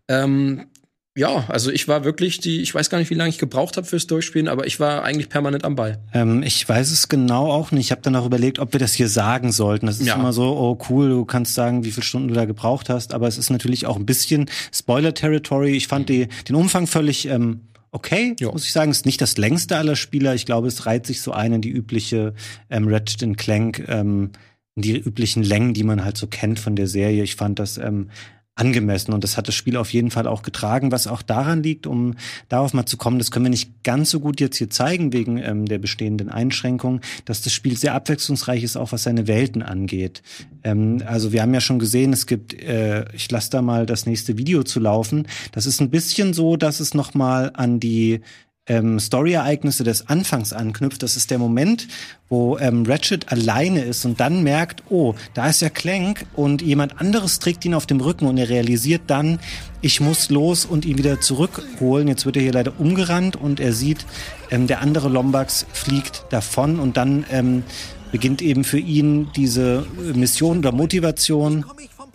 Speaker 2: Ja, also ich war wirklich ich weiß gar nicht, wie lange ich gebraucht habe fürs Durchspielen, aber ich war eigentlich permanent am Ball.
Speaker 1: Ich weiß es genau auch nicht. Ich habe dann auch überlegt, ob wir das hier sagen sollten. Das ist immer so, oh cool, du kannst sagen, wie viele Stunden du da gebraucht hast, aber es ist natürlich auch ein bisschen Spoiler-Territory. Ich fand den Umfang völlig okay, muss ich sagen. Es ist nicht das längste aller Spieler. Ich glaube, es reiht sich so ein in die übliche Ratchet & Clank, die üblichen Längen, die man halt so kennt von der Serie. Ich fand das angemessen und das hat das Spiel auf jeden Fall auch getragen, was auch daran liegt, um darauf mal zu kommen, das können wir nicht ganz so gut jetzt hier zeigen, wegen der bestehenden Einschränkungen, dass das Spiel sehr abwechslungsreich ist, auch was seine Welten angeht. Also wir haben ja schon gesehen, es gibt, ich lasse da mal das nächste Video zu laufen, das ist ein bisschen so, dass es noch mal an die Story-Ereignisse des Anfangs anknüpft. Das ist der Moment, wo Ratchet alleine ist und dann merkt, oh, da ist ja Clank und jemand anderes trägt ihn auf dem Rücken und er realisiert dann, ich muss los und ihn wieder zurückholen. Jetzt wird er hier leider umgerannt und er sieht, der andere Lombax fliegt davon und dann beginnt eben für ihn diese Mission oder Motivation,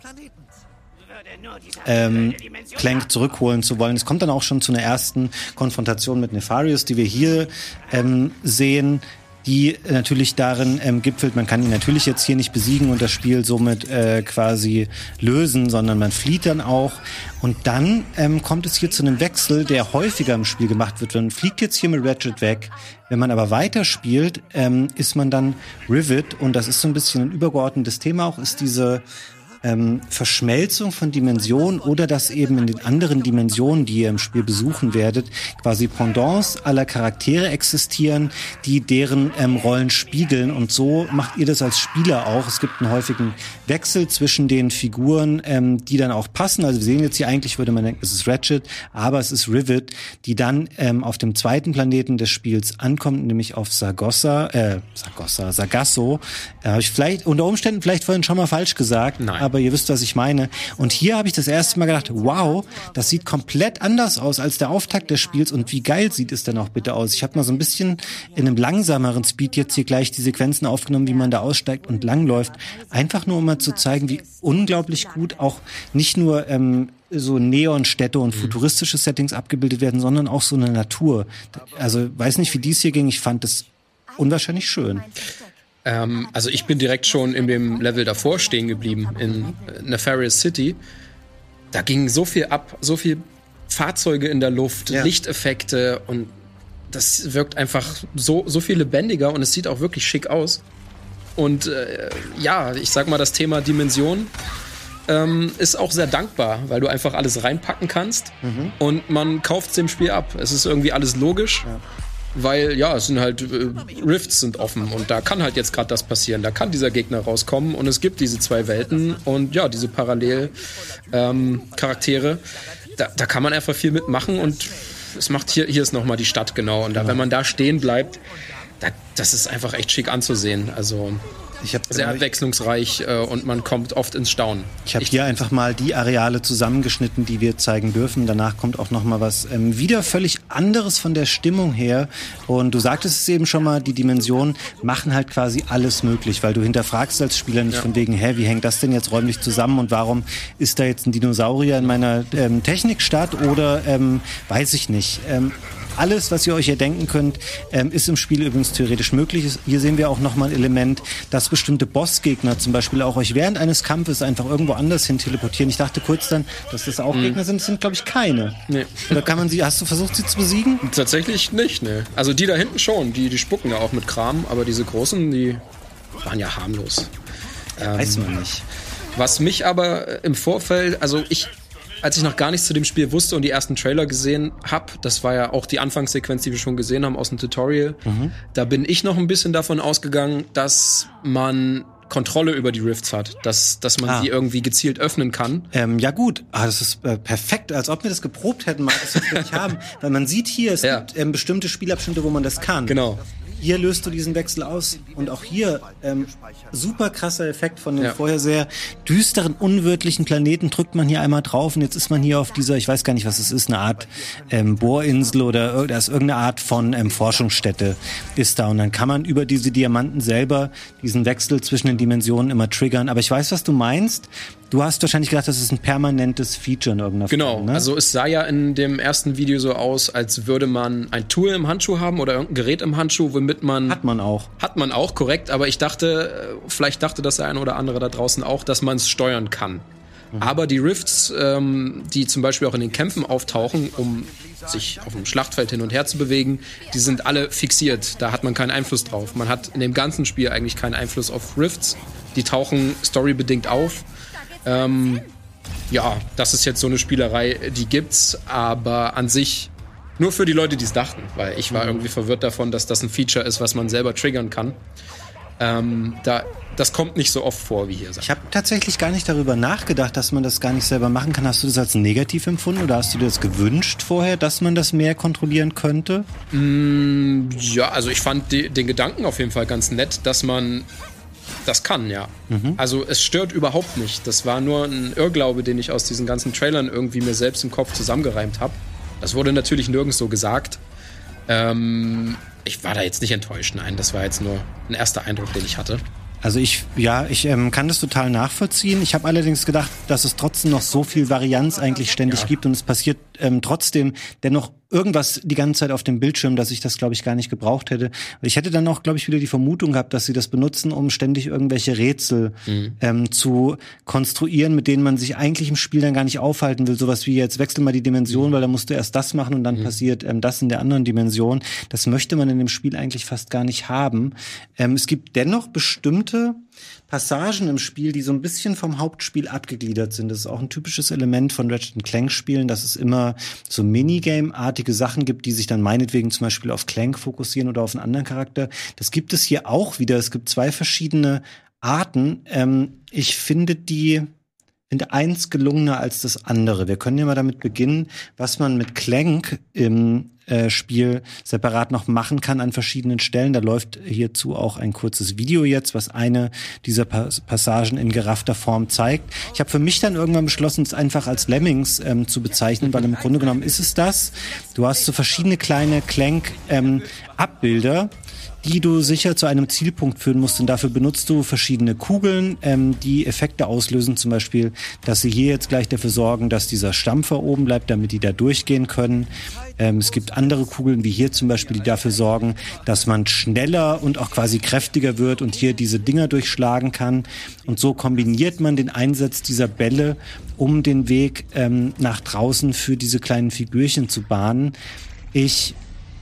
Speaker 1: Clank zurückholen zu wollen. Es kommt dann auch schon zu einer ersten Konfrontation mit Nefarious, die wir hier sehen, die natürlich darin gipfelt, man kann ihn natürlich jetzt hier nicht besiegen und das Spiel somit quasi lösen, sondern man flieht dann auch. Und dann kommt es hier zu einem Wechsel, der häufiger im Spiel gemacht wird. Man fliegt jetzt hier mit Ratchet weg. Wenn man aber weiterspielt, ist man dann Rivet und das ist so ein bisschen ein übergeordnetes Thema auch, ist diese Verschmelzung von Dimensionen oder dass eben in den anderen Dimensionen, die ihr im Spiel besuchen werdet, quasi Pendants aller Charaktere existieren, die deren Rollen spiegeln. Und so macht ihr das als Spieler auch. Es gibt einen häufigen Wechsel zwischen den Figuren, die dann auch passen. Also wir sehen jetzt hier eigentlich, würde man denken, es ist Ratchet, aber es ist Rivet, die dann auf dem zweiten Planeten des Spiels ankommt, nämlich auf Sargasso. Habe ich vielleicht unter Umständen vielleicht vorhin schon mal falsch gesagt,
Speaker 2: Nein.
Speaker 1: Aber ihr wisst, was ich meine. Und hier habe ich das erste Mal gedacht, wow, das sieht komplett anders aus als der Auftakt des Spiels. Und wie geil sieht es denn auch bitte aus? Ich habe mal so ein bisschen in einem langsameren Speed jetzt hier gleich die Sequenzen aufgenommen, wie man da aussteigt und langläuft. Einfach nur, um mal zu zeigen, wie unglaublich gut auch nicht nur so Neonstädte und futuristische Settings abgebildet werden, sondern auch so eine Natur. Also weiß nicht, wie dies hier ging. Ich fand das unwahrscheinlich schön.
Speaker 2: Also ich bin direkt schon in dem Level davor stehen geblieben, in Nefarious City. Da ging so viel ab, so viel Fahrzeuge in der Luft, Lichteffekte und das wirkt einfach so viel lebendiger und es sieht auch wirklich schick aus. Und ich sag mal, das Thema Dimension ist auch sehr dankbar, weil du einfach alles reinpacken kannst und man kauft es dem Spiel ab. Es ist irgendwie alles logisch. Ja. Weil, es sind halt, Rifts sind offen und da kann halt jetzt gerade das passieren. Da kann dieser Gegner rauskommen und es gibt diese zwei Welten und diese Parallel-Charaktere. Da kann man einfach viel mitmachen und es macht hier ist nochmal die Stadt genau. Und wenn man da stehen bleibt, das ist einfach echt schick anzusehen. Also sehr abwechslungsreich und man kommt oft ins Staunen.
Speaker 1: Ich habe hier einfach mal die Areale zusammengeschnitten, die wir zeigen dürfen. Danach kommt auch noch mal was wieder völlig anderes von der Stimmung her. Und du sagtest es eben schon mal, die Dimensionen machen halt quasi alles möglich, weil du hinterfragst als Spieler nicht von wegen, wie hängt das denn jetzt räumlich zusammen und warum ist da jetzt ein Dinosaurier in meiner Technikstadt oder weiß ich nicht. Alles, was ihr euch hier denken könnt, ist im Spiel übrigens theoretisch möglich. Hier sehen wir auch nochmal ein Element, dass bestimmte Bossgegner zum Beispiel auch euch während eines Kampfes einfach irgendwo anders hin teleportieren. Ich dachte kurz dann, dass das auch Gegner sind. Das sind, glaube ich, keine. Nee. Oder hast du versucht, sie zu besiegen?
Speaker 2: Tatsächlich nicht, ne. Also die da hinten schon, die spucken ja auch mit Kram, aber diese großen, die waren ja harmlos.
Speaker 1: Weiß man nicht.
Speaker 2: Was mich aber im Vorfeld, als ich noch gar nichts zu dem Spiel wusste und die ersten Trailer gesehen habe, das war ja auch die Anfangssequenz, die wir schon gesehen haben aus dem Tutorial, da bin ich noch ein bisschen davon ausgegangen, dass man Kontrolle über die Rifts hat, dass man sie irgendwie gezielt öffnen kann.
Speaker 1: Ja gut, das ist perfekt, als ob wir das geprobt hätten, mal das wirklich haben. Weil man sieht hier, es gibt bestimmte Spielabschnitte, wo man das kann.
Speaker 2: Genau.
Speaker 1: Hier löst du diesen Wechsel aus und auch hier super krasser Effekt von dem vorher sehr düsteren, unwirtlichen Planeten, drückt man hier einmal drauf und jetzt ist man hier auf dieser, ich weiß gar nicht, was es ist, eine Art Bohrinsel oder da ist irgendeine Art von Forschungsstätte ist da und dann kann man über diese Diamanten selber diesen Wechsel zwischen den Dimensionen immer triggern, aber ich weiß, was du meinst. Du hast wahrscheinlich gedacht, das ist ein permanentes Feature in irgendeiner
Speaker 2: Form. Genau,
Speaker 1: ne?
Speaker 2: Also es sah ja in dem ersten Video so aus, als würde man ein Tool im Handschuh haben oder irgendein Gerät im Handschuh, womit man...
Speaker 1: Hat man auch,
Speaker 2: korrekt, aber ich dachte, vielleicht dachte das der eine oder andere da draußen auch, dass man es steuern kann. Aber die Rifts, die zum Beispiel auch in den Kämpfen auftauchen, um sich auf dem Schlachtfeld hin und her zu bewegen, die sind alle fixiert. Da hat man keinen Einfluss drauf. Man hat in dem ganzen Spiel eigentlich keinen Einfluss auf Rifts. Die tauchen storybedingt auf. Das ist jetzt so eine Spielerei, die gibt's, aber an sich nur für die Leute, die es dachten, weil ich war irgendwie verwirrt davon, dass das ein Feature ist, was man selber triggern kann. Das kommt nicht so oft vor, wie hier.
Speaker 1: Ich habe tatsächlich gar nicht darüber nachgedacht, dass man das gar nicht selber machen kann. Hast du das als negativ empfunden oder hast du dir das gewünscht vorher, dass man das mehr kontrollieren könnte?
Speaker 2: Also ich fand den Gedanken auf jeden Fall ganz nett, dass man das kann, ja. Also es stört überhaupt nicht. Das war nur ein Irrglaube, den ich aus diesen ganzen Trailern irgendwie mir selbst im Kopf zusammengereimt habe. Das wurde natürlich nirgends so gesagt. Ich war da jetzt nicht enttäuscht, nein. Das war jetzt nur ein erster Eindruck, den ich hatte.
Speaker 1: Also ich kann das total nachvollziehen. Ich habe allerdings gedacht, dass es trotzdem noch so viel Varianz eigentlich ständig gibt und es passiert trotzdem dennoch irgendwas die ganze Zeit auf dem Bildschirm, dass ich das, glaube ich, gar nicht gebraucht hätte. Ich hätte dann auch, glaube ich, wieder die Vermutung gehabt, dass sie das benutzen, um ständig irgendwelche Rätsel zu konstruieren, mit denen man sich eigentlich im Spiel dann gar nicht aufhalten will. Sowas wie jetzt wechsel mal die Dimension, weil dann musst du erst das machen und dann passiert das in der anderen Dimension. Das möchte man in dem Spiel eigentlich fast gar nicht haben. Es gibt dennoch bestimmte Passagen im Spiel, die so ein bisschen vom Hauptspiel abgegliedert sind. Das ist auch ein typisches Element von Ratchet & Clank-Spielen, dass es immer so Minigame-artige Sachen gibt, die sich dann meinetwegen zum Beispiel auf Clank fokussieren oder auf einen anderen Charakter. Das gibt es hier auch wieder. Es gibt 2 verschiedene Arten. Ich finde eins gelungener als das andere. Wir können ja mal damit beginnen, was man mit Clank im Spiel separat noch machen kann an verschiedenen Stellen. Da läuft hierzu auch ein kurzes Video jetzt, was eine dieser Passagen in geraffter Form zeigt. Ich habe für mich dann irgendwann beschlossen, es einfach als Lemmings zu bezeichnen, weil im Grunde genommen ist es das. Du hast so verschiedene kleine Clank-Abbilder, die du sicher zu einem Zielpunkt führen musst. Und dafür benutzt du verschiedene Kugeln, die Effekte auslösen. Zum Beispiel, dass sie hier jetzt gleich dafür sorgen, dass dieser Stampfer oben bleibt, damit die da durchgehen können. Es gibt andere Kugeln, wie hier zum Beispiel, die dafür sorgen, dass man schneller und auch quasi kräftiger wird und hier diese Dinger durchschlagen kann. Und so kombiniert man den Einsatz dieser Bälle, um den Weg nach draußen für diese kleinen Figürchen zu bahnen. Ich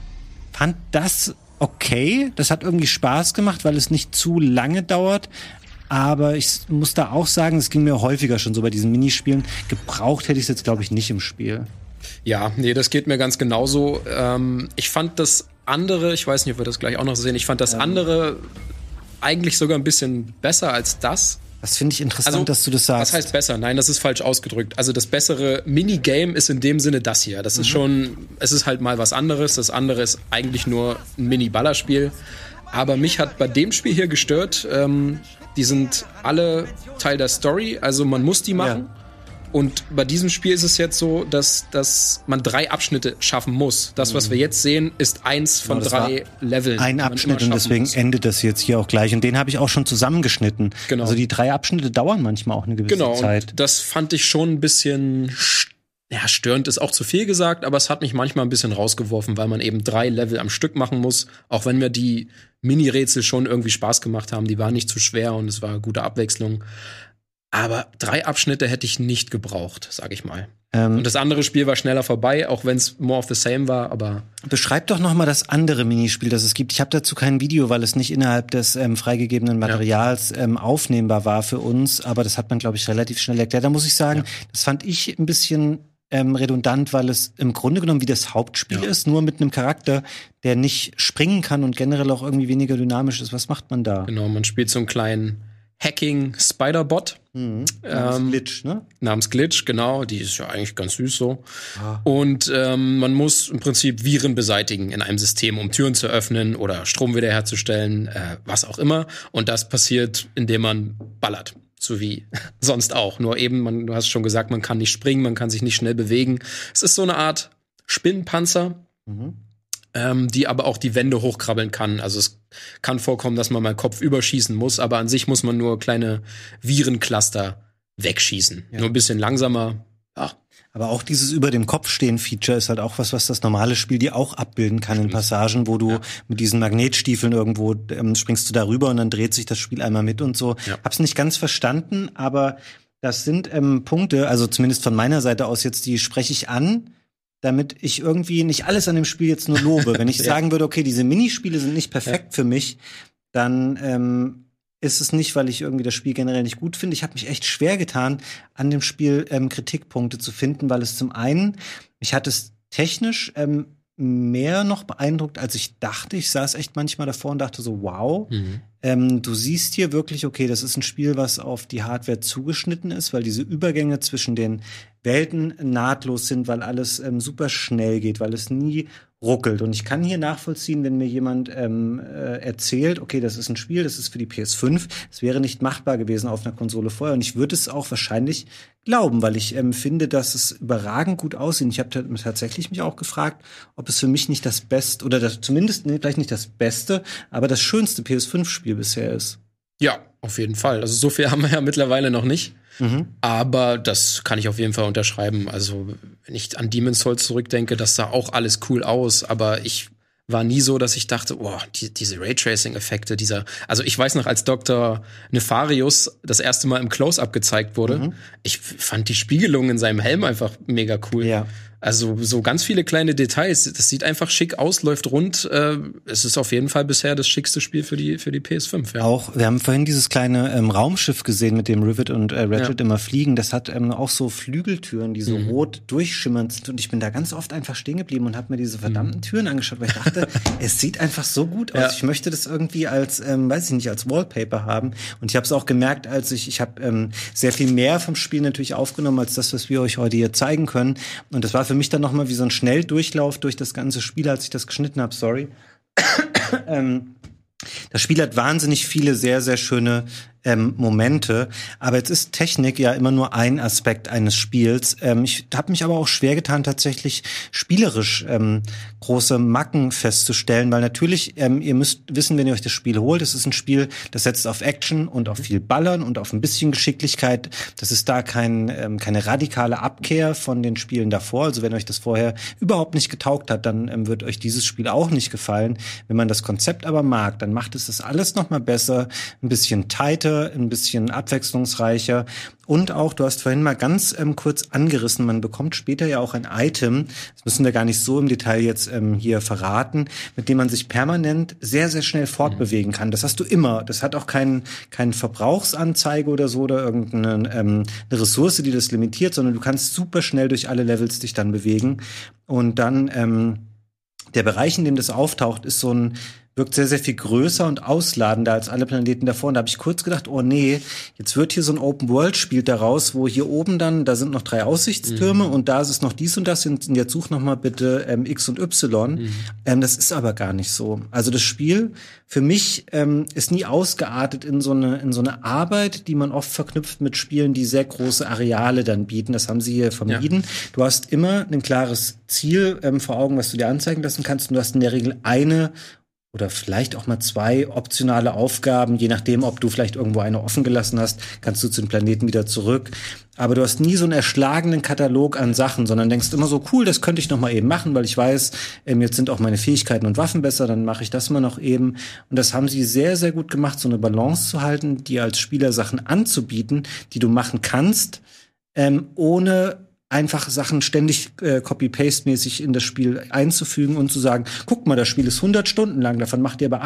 Speaker 1: fand das okay, das hat irgendwie Spaß gemacht, weil es nicht zu lange dauert. Aber ich muss da auch sagen, es ging mir häufiger schon so bei diesen Minispielen. Gebraucht hätte ich es jetzt, glaube ich, nicht im Spiel.
Speaker 2: Ja, nee, das geht mir ganz genauso. Ich fand das andere, ich weiß nicht, ob wir das gleich auch noch sehen, ich fand das andere eigentlich sogar ein bisschen besser als das.
Speaker 1: Das finde ich interessant, dass du das sagst.
Speaker 2: Was heißt besser? Nein, das ist falsch ausgedrückt. Also das bessere Minigame ist in dem Sinne das hier. Das ist schon, es ist halt mal was anderes. Das andere ist eigentlich nur ein Mini-Ballerspiel. Aber mich hat bei dem Spiel hier gestört, die sind alle Teil der Story, also man muss die machen. Ja. Und bei diesem Spiel ist es jetzt so, dass man 3 Abschnitte schaffen muss. Das, was wir jetzt sehen, ist eins von 3 Leveln.
Speaker 1: Ein Abschnitt und deswegen endet das jetzt hier auch gleich. Und den habe ich auch schon zusammengeschnitten.
Speaker 2: Genau.
Speaker 1: Also die 3 Abschnitte dauern manchmal auch eine gewisse Zeit.
Speaker 2: Und das fand ich schon ein bisschen störend ist auch zu viel gesagt, aber es hat mich manchmal ein bisschen rausgeworfen, weil man eben 3 Level am Stück machen muss. Auch wenn mir die Mini-Rätsel schon irgendwie Spaß gemacht haben. Die waren nicht zu schwer und es war eine gute Abwechslung. Aber 3 Abschnitte hätte ich nicht gebraucht, sag ich mal. Und das andere Spiel war schneller vorbei, auch wenn es more of the same war, aber
Speaker 1: beschreib doch noch mal das andere Minispiel, das es gibt. Ich habe dazu kein Video, weil es nicht innerhalb des freigegebenen Materials aufnehmbar war für uns. Aber das hat man, glaube ich, relativ schnell erklärt. Da muss ich sagen, das fand ich ein bisschen redundant, weil es im Grunde genommen wie das Hauptspiel ist, nur mit einem Charakter, der nicht springen kann und generell auch irgendwie weniger dynamisch ist. Was macht man da?
Speaker 2: Genau, man spielt so einen kleinen Hacking-Spider-Bot.
Speaker 1: Namens Glitch, ne?
Speaker 2: Namens Glitch, genau. Die ist ja eigentlich ganz süß so. Und man muss im Prinzip Viren beseitigen in einem System, um Türen zu öffnen oder Strom wiederherzustellen, was auch immer. Und das passiert, indem man ballert. So wie sonst auch. Nur eben, du hast schon gesagt, man kann nicht springen, man kann sich nicht schnell bewegen. Es ist so eine Art Spinnenpanzer. Die aber auch die Wände hochkrabbeln kann. Also es kann vorkommen, dass man mal Kopf überschießen muss, aber an sich muss man nur kleine Virencluster wegschießen. Nur ein bisschen langsamer. Ja.
Speaker 1: Aber auch dieses über dem Kopf stehen Feature ist halt auch was das normale Spiel dir auch abbilden kann in Passagen, wo du mit diesen Magnetstiefeln irgendwo springst du darüber und dann dreht sich das Spiel einmal mit und so. Ja. Hab's nicht ganz verstanden, aber das sind Punkte, also zumindest von meiner Seite aus jetzt, die spreche ich an, damit ich irgendwie nicht alles an dem Spiel jetzt nur lobe. Wenn ich sagen würde, okay, diese Minispiele sind nicht perfekt für mich, dann ist es nicht, weil ich irgendwie das Spiel generell nicht gut finde. Ich habe mich echt schwer getan, an dem Spiel Kritikpunkte zu finden, weil es zum einen, mich hat es technisch mehr noch beeindruckt, als ich dachte. Ich saß echt manchmal davor und dachte so, wow. Du siehst hier wirklich, okay, das ist ein Spiel, was auf die Hardware zugeschnitten ist, weil diese Übergänge zwischen den Welten nahtlos sind, weil alles super schnell geht, weil es nie ruckelt. Und ich kann hier nachvollziehen, wenn mir jemand erzählt, okay, das ist ein Spiel, das ist für die PS5. Es wäre nicht machbar gewesen auf einer Konsole vorher. Und ich würde es auch wahrscheinlich glauben, weil ich finde, dass es überragend gut aussieht. Ich habe tatsächlich mich auch gefragt, ob es für mich nicht das Beste, oder zumindest vielleicht nicht das Beste, aber das schönste PS5-Spiel bisher ist.
Speaker 2: Ja, auf jeden Fall. Also so viel haben wir ja mittlerweile noch nicht. Aber das kann ich auf jeden Fall unterschreiben. Also wenn ich an Demon's Souls zurückdenke, das sah auch alles cool aus. Aber ich war nie so, dass ich dachte, diese Raytracing-Effekte, also ich weiß noch, als Dr. Nefarius das erste Mal im Close-Up gezeigt wurde, ich fand die Spiegelung in seinem Helm einfach mega cool. Ja. Also so ganz viele kleine Details. Das sieht einfach schick aus, läuft rund. Es ist auf jeden Fall bisher das schickste Spiel für die PS5. Ja.
Speaker 1: Auch, wir haben vorhin dieses kleine Raumschiff gesehen, mit dem Rivet und Ratchet immer fliegen. Das hat auch so Flügeltüren, die so rot durchschimmernd sind. Und ich bin da ganz oft einfach stehen geblieben und habe mir diese verdammten Türen angeschaut, weil ich dachte, es sieht einfach so gut aus. Ich möchte das irgendwie als, weiß ich nicht, als Wallpaper haben. Und ich habe es auch gemerkt, als ich habe sehr viel mehr vom Spiel natürlich aufgenommen, als das, was wir euch heute hier zeigen können. Und das war für mich dann nochmal wie so ein Schnelldurchlauf durch das ganze Spiel, als ich das geschnitten habe, sorry. Das Spiel hat wahnsinnig viele sehr, sehr schöne Momente, aber jetzt ist Technik ja immer nur ein Aspekt eines Spiels. Ich habe mich aber auch schwer getan, tatsächlich spielerisch große Macken festzustellen, weil natürlich, ihr müsst wissen, wenn ihr euch das Spiel holt, es ist ein Spiel, das setzt auf Action und auf viel Ballern und auf ein bisschen Geschicklichkeit. Das ist da keine radikale Abkehr von den Spielen davor. Also wenn euch das vorher überhaupt nicht getaugt hat, dann wird euch dieses Spiel auch nicht gefallen. Wenn man das Konzept aber mag, dann macht es das alles noch mal besser, ein bisschen tighter, ein bisschen abwechslungsreicher und auch, du hast vorhin mal ganz kurz angerissen, man bekommt später ja auch ein Item, das müssen wir gar nicht so im Detail jetzt hier verraten, mit dem man sich permanent sehr, sehr schnell fortbewegen kann. Das hast du immer. Das hat auch keinen Verbrauchsanzeige oder so oder irgendeine eine Ressource, die das limitiert, sondern du kannst super schnell durch alle Levels dich dann bewegen. Und dann der Bereich, in dem das auftaucht, ist wirkt sehr, sehr viel größer und ausladender als alle Planeten davor. Und da habe ich kurz gedacht, oh nee, jetzt wird hier so ein Open-World-Spiel daraus, wo hier oben dann, da sind noch 3 Aussichtstürme und da ist es noch dies und das und jetzt such noch mal bitte X und Y. Das ist aber gar nicht so. Also das Spiel für mich ist nie ausgeartet in so eine Arbeit, die man oft verknüpft mit Spielen, die sehr große Areale dann bieten. Das haben sie hier vermieden. Ja. Du hast immer ein klares Ziel vor Augen, was du dir anzeigen lassen kannst. Und du hast in der Regel eine oder vielleicht auch mal 2 optionale Aufgaben, je nachdem, ob du vielleicht irgendwo eine offen gelassen hast, kannst du zu den Planeten wieder zurück. Aber du hast nie so einen erschlagenen Katalog an Sachen, sondern denkst immer so, cool, das könnte ich noch mal eben machen, weil ich weiß, jetzt sind auch meine Fähigkeiten und Waffen besser, dann mache ich das mal noch eben. Und das haben sie sehr, sehr gut gemacht, so eine Balance zu halten, dir als Spieler Sachen anzubieten, die du machen kannst, ohne einfach Sachen ständig Copy-Paste-mäßig in das Spiel einzufügen und zu sagen, guck mal, das Spiel ist 100 Stunden lang, davon macht ihr aber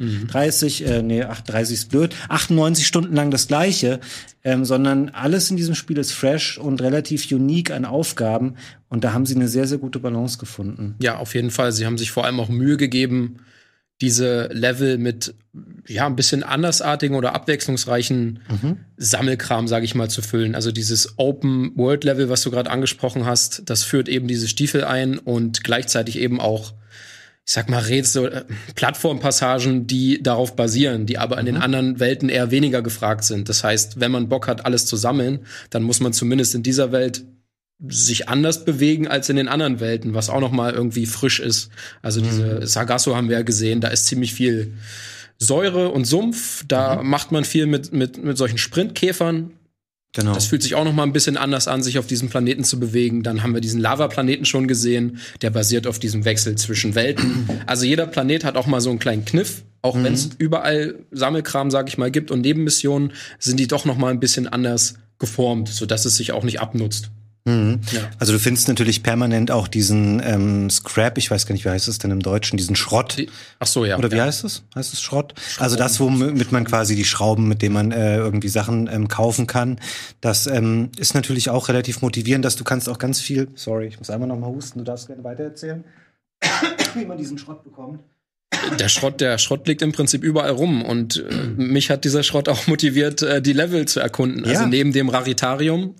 Speaker 1: 38 ist blöd, 98 Stunden lang das Gleiche, sondern alles in diesem Spiel ist fresh und relativ unique an Aufgaben und da haben sie eine sehr, sehr gute Balance gefunden.
Speaker 2: Ja, auf jeden Fall. Sie haben sich vor allem auch Mühe gegeben, diese Level mit ein bisschen andersartigen oder abwechslungsreichen Sammelkram, sage ich mal, zu füllen. Also dieses Open-World-Level, was du gerade angesprochen hast, das führt eben diese Stiefel ein und gleichzeitig eben auch, ich sag mal, Plattformpassagen, die darauf basieren, die aber in den anderen Welten eher weniger gefragt sind. Das heißt, wenn man Bock hat, alles zu sammeln, dann muss man zumindest in dieser Welt sich anders bewegen als in den anderen Welten, was auch noch mal irgendwie frisch ist. Also diese Sargasso haben wir ja gesehen, da ist ziemlich viel Säure und Sumpf, da macht man viel mit solchen Sprintkäfern. Genau. Das fühlt sich auch noch mal ein bisschen anders an, sich auf diesem Planeten zu bewegen. Dann haben wir diesen Lava-Planeten schon gesehen, der basiert auf diesem Wechsel zwischen Welten. Also jeder Planet hat auch mal so einen kleinen Kniff, auch wenn es überall Sammelkram, sag ich mal, gibt und Nebenmissionen, sind die doch noch mal ein bisschen anders geformt, sodass es sich auch nicht abnutzt.
Speaker 1: Ja. Also du findest natürlich permanent auch diesen Scrap, ich weiß gar nicht, wie heißt es denn im Deutschen, diesen Schrott.
Speaker 2: Ach so, ja.
Speaker 1: Oder wie heißt es? Heißt es Schrott? Also das, womit man quasi die Schrauben, mit denen man irgendwie Sachen kaufen kann. Das ist natürlich auch relativ motivierend, dass du kannst auch ganz viel, sorry, ich muss einmal noch mal husten, du darfst gerne weitererzählen, wie man diesen Schrott bekommt.
Speaker 2: Der Schrott liegt im Prinzip überall rum und mich hat dieser Schrott auch motiviert, die Level zu erkunden. Also neben dem Raritanium,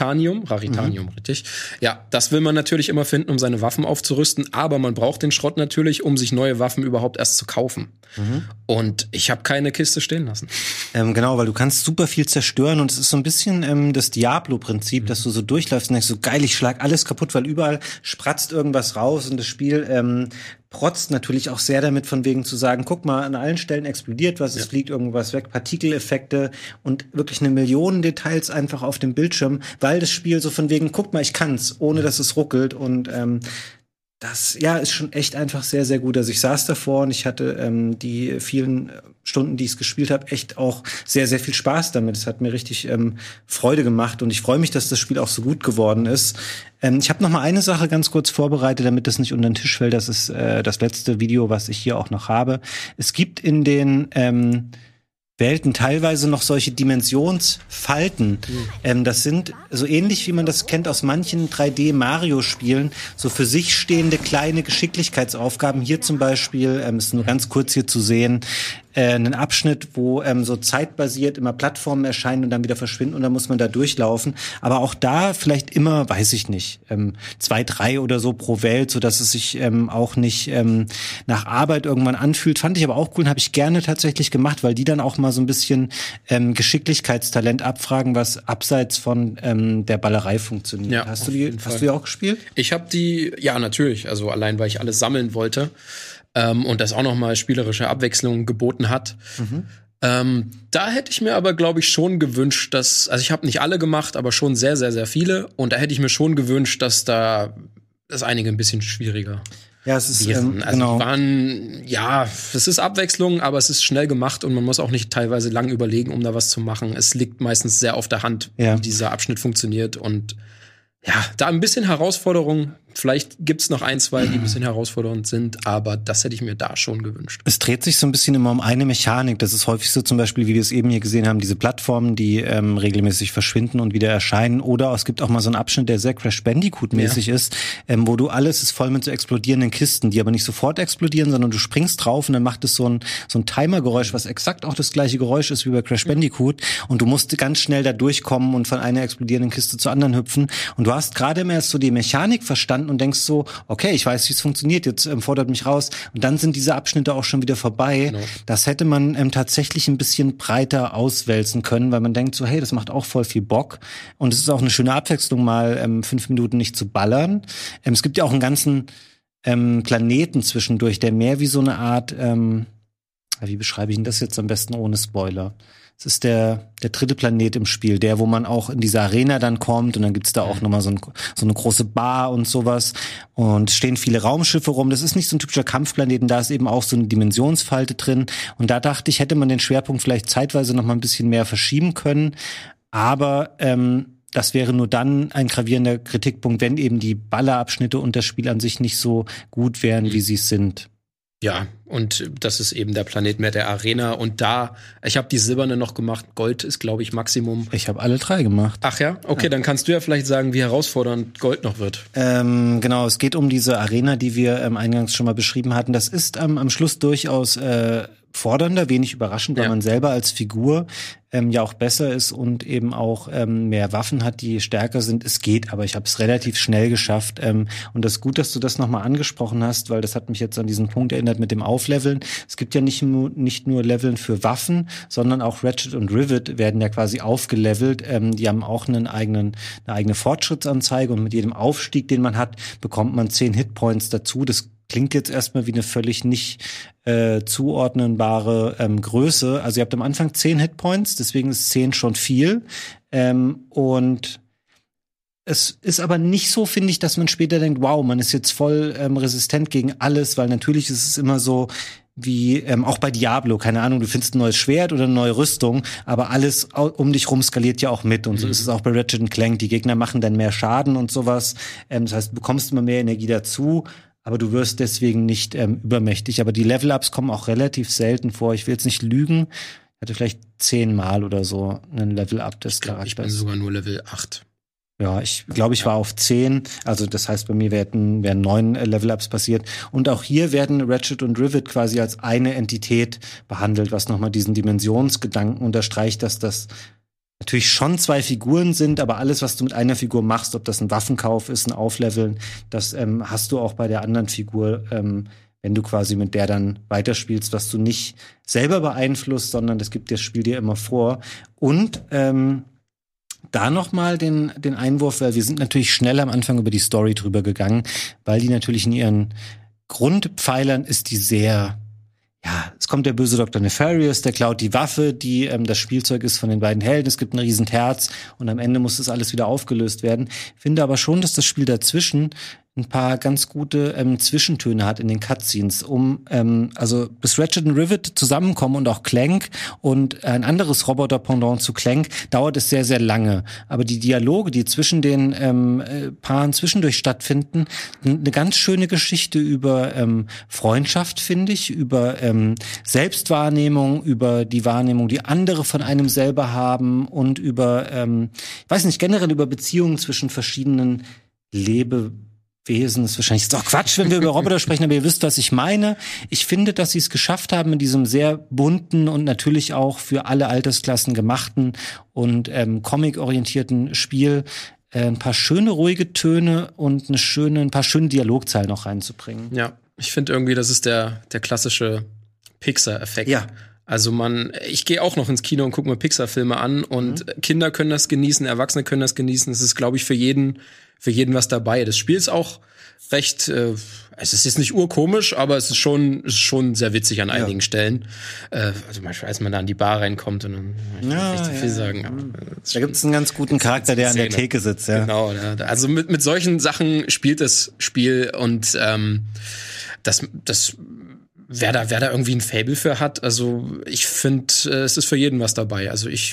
Speaker 2: richtig. Ja, das will man natürlich immer finden, um seine Waffen aufzurüsten, aber man braucht den Schrott natürlich, um sich neue Waffen überhaupt erst zu kaufen. Und ich habe keine Kiste stehen lassen.
Speaker 1: Genau, weil du kannst super viel zerstören und es ist so ein bisschen das Diablo-Prinzip, dass du so durchläufst und denkst so, geil, ich schlag alles kaputt, weil überall spratzt irgendwas raus und das Spiel protzt natürlich auch sehr damit, von wegen zu sagen, guck mal, an allen Stellen explodiert was, es fliegt irgendwas weg, Partikeleffekte und wirklich 1 Million Details einfach auf dem Bildschirm, weil das Spiel so von wegen, guck mal, ich kann's, ohne dass es ruckelt und Das, ja, ist schon echt einfach sehr, sehr gut. Also ich saß davor und ich hatte die vielen Stunden, die ich es gespielt habe, echt auch sehr, sehr viel Spaß damit. Es hat mir richtig Freude gemacht und ich freue mich, dass das Spiel auch so gut geworden ist. Ich habe noch mal eine Sache ganz kurz vorbereitet, damit das nicht unter den Tisch fällt. Das ist das letzte Video, was ich hier auch noch habe. Es gibt in den Welten teilweise noch solche Dimensionsfalten. Das sind so ähnlich, wie man das kennt aus manchen 3D-Mario-Spielen, so für sich stehende kleine Geschicklichkeitsaufgaben. Hier zum Beispiel, ist nur ganz kurz hier zu sehen, einen Abschnitt, wo so zeitbasiert immer Plattformen erscheinen und dann wieder verschwinden und dann muss man da durchlaufen. Aber auch da vielleicht immer, weiß ich nicht, 2, 3 oder so pro Welt, so dass es sich auch nicht nach Arbeit irgendwann anfühlt. Fand ich aber auch cool und habe ich gerne tatsächlich gemacht, weil die dann auch mal so ein bisschen Geschicklichkeitstalent abfragen, was abseits von der Ballerei funktioniert.
Speaker 2: Ja,
Speaker 1: Hast du die auch gespielt?
Speaker 2: Ich habe die, ja natürlich, also allein weil ich alles sammeln wollte. Und das auch noch mal spielerische Abwechslung geboten hat. Da hätte ich mir aber, glaube ich, schon gewünscht, dass, also ich habe nicht alle gemacht, aber schon sehr, sehr, sehr viele. Und da hätte ich mir schon gewünscht, dass da das einige ein bisschen schwieriger
Speaker 1: Ja, es ist
Speaker 2: wären. Also
Speaker 1: genau.
Speaker 2: die waren, ja, es ist Abwechslung, aber es ist schnell gemacht und man muss auch nicht teilweise lang überlegen, um da was zu machen. Es liegt meistens sehr auf der Hand, wie dieser Abschnitt funktioniert und ja, da ein bisschen Herausforderung. Vielleicht gibt's noch ein, zwei, die ein bisschen herausfordernd sind, aber das hätte ich mir da schon gewünscht.
Speaker 1: Es dreht sich so ein bisschen immer um eine Mechanik. Das ist häufig so zum Beispiel, wie wir es eben hier gesehen haben, diese Plattformen, die regelmäßig verschwinden und wieder erscheinen. Oder es gibt auch mal so einen Abschnitt, der sehr Crash Bandicoot-mäßig ist, wo du alles ist voll mit so explodierenden Kisten, die aber nicht sofort explodieren, sondern du springst drauf und dann macht es so ein Timer-Geräusch, was exakt auch das gleiche Geräusch ist wie bei Crash Bandicoot. Und du musst ganz schnell da durchkommen und von einer explodierenden Kiste zur anderen hüpfen. Und du hast gerade immer erst so die Mechanik verstanden und denkst so, okay, ich weiß, wie es funktioniert, jetzt fordert mich raus. Und dann sind diese Abschnitte auch schon wieder vorbei. Genau. Das hätte man tatsächlich ein bisschen breiter auswälzen können, weil man denkt so, hey, das macht auch voll viel Bock. Und es ist auch eine schöne Abwechslung, mal 5 Minuten nicht zu ballern. Es gibt ja auch einen ganzen Planeten zwischendurch, der mehr wie so eine Art, wie beschreibe ich denn das jetzt am besten ohne Spoiler? Es ist der dritte Planet im Spiel, der, wo man auch in diese Arena dann kommt und dann gibt's da auch nochmal so eine große Bar und sowas und es stehen viele Raumschiffe rum. Das ist nicht so ein typischer Kampfplaneten, da ist eben auch so eine Dimensionsfalte drin und da dachte ich, hätte man den Schwerpunkt vielleicht zeitweise noch mal ein bisschen mehr verschieben können, aber das wäre nur dann ein gravierender Kritikpunkt, wenn eben die Ballerabschnitte und das Spiel an sich nicht so gut wären, wie sie es sind.
Speaker 2: Ja, und das ist eben der Planet mehr der Arena. Und da, ich habe die silberne noch gemacht. Gold ist, glaube ich, Maximum.
Speaker 1: Ich habe alle 3 gemacht.
Speaker 2: Ach ja? Okay, dann kannst du ja vielleicht sagen, wie herausfordernd Gold noch wird.
Speaker 1: Genau, es geht um diese Arena, die wir eingangs schon mal beschrieben hatten. Das ist am Schluss durchaus fordernder, wenig überraschend, weil man selber als Figur ja auch besser ist und eben auch mehr Waffen hat, die stärker sind. Es geht, aber ich habe es relativ schnell geschafft. Und das ist gut, dass du das nochmal angesprochen hast, weil das hat mich jetzt an diesen Punkt erinnert mit dem Aufleveln. Es gibt ja nicht nur Leveln für Waffen, sondern auch Ratchet und Rivet werden ja quasi aufgelevelt. Die haben auch eine eigene Fortschrittsanzeige und mit jedem Aufstieg, den man hat, bekommt man 10 Hitpoints dazu. Das klingt jetzt erstmal wie eine völlig nicht zuordnenbare Größe. Also ihr habt am Anfang 10 Hitpoints, deswegen ist 10 schon viel. Und es ist aber nicht so, finde ich, dass man später denkt, wow, man ist jetzt voll resistent gegen alles, weil natürlich ist es immer so, wie auch bei Diablo, keine Ahnung, du findest ein neues Schwert oder eine neue Rüstung, aber alles um dich rum skaliert ja auch mit. Und so ist es auch bei Ratchet & Clank. Die Gegner machen dann mehr Schaden und sowas. Das heißt, du bekommst immer mehr Energie dazu, aber du wirst deswegen nicht übermächtig. Aber die Level-Ups kommen auch relativ selten vor. Ich will jetzt nicht lügen. Ich hatte vielleicht 10 Mal oder so einen Level-Up des Charakters.
Speaker 2: Ich bin sogar nur Level 8.
Speaker 1: Ja, ich glaube, ich war auf 10. Also das heißt, bei mir wären 9 Level-Ups passiert. Und auch hier werden Ratchet und Rivet quasi als eine Entität behandelt, was nochmal diesen Dimensionsgedanken unterstreicht, dass das natürlich schon 2 Figuren sind, aber alles, was du mit einer Figur machst, ob das ein Waffenkauf ist, ein Aufleveln, das hast du auch bei der anderen Figur, wenn du quasi mit der dann weiterspielst, was du nicht selber beeinflusst, sondern das gibt das Spiel dir immer vor. Und da noch mal den Einwurf, weil wir sind natürlich schnell am Anfang über die Story drüber gegangen, weil die natürlich in ihren Grundpfeilern ist die sehr, ja, es kommt der böse Dr. Nefarious, der klaut die Waffe, die das Spielzeug ist von den beiden Helden, es gibt ein riesen Herz und am Ende muss das alles wieder aufgelöst werden. Ich finde aber schon, dass das Spiel dazwischen ein paar ganz gute Zwischentöne hat in den Cutscenes, also bis Ratchet und Rivet zusammenkommen und auch Clank und ein anderes Roboter-Pendant zu Clank, dauert es sehr, sehr lange. Aber die Dialoge, die zwischen den Paaren zwischendurch stattfinden, eine ganz schöne Geschichte über Freundschaft, finde ich, über Selbstwahrnehmung, über die Wahrnehmung, die andere von einem selber haben und über, weiß nicht, generell über Beziehungen zwischen verschiedenen Lebewesen. Ist wahrscheinlich jetzt auch Quatsch, wenn wir über Roboter sprechen, aber ihr wisst, was ich meine. Ich finde, dass sie es geschafft haben, in diesem sehr bunten und natürlich auch für alle Altersklassen gemachten und comic-orientierten Spiel ein paar schöne, ruhige Töne und ein paar schöne Dialogzeilen noch reinzubringen.
Speaker 2: Ja, ich finde irgendwie, das ist der klassische Pixar-Effekt.
Speaker 1: Ja.
Speaker 2: Also ich gehe auch noch ins Kino und gucke mir Pixar-Filme an und Kinder können das genießen, Erwachsene können das genießen. Es ist, glaube ich, für jeden was dabei. Das Spiel ist auch recht, es ist jetzt nicht urkomisch, aber es ist schon sehr witzig an einigen Stellen. Also zum Beispiel, als man da an die Bar reinkommt und dann ich will nicht zu viel sagen. Aber
Speaker 1: da gibt es einen ganz guten Charakter, der an der Theke sitzt. Ja.
Speaker 2: Genau, also mit solchen Sachen spielt das Spiel und wer da irgendwie ein Faible für hat, also ich finde, es ist für jeden was dabei. Also ich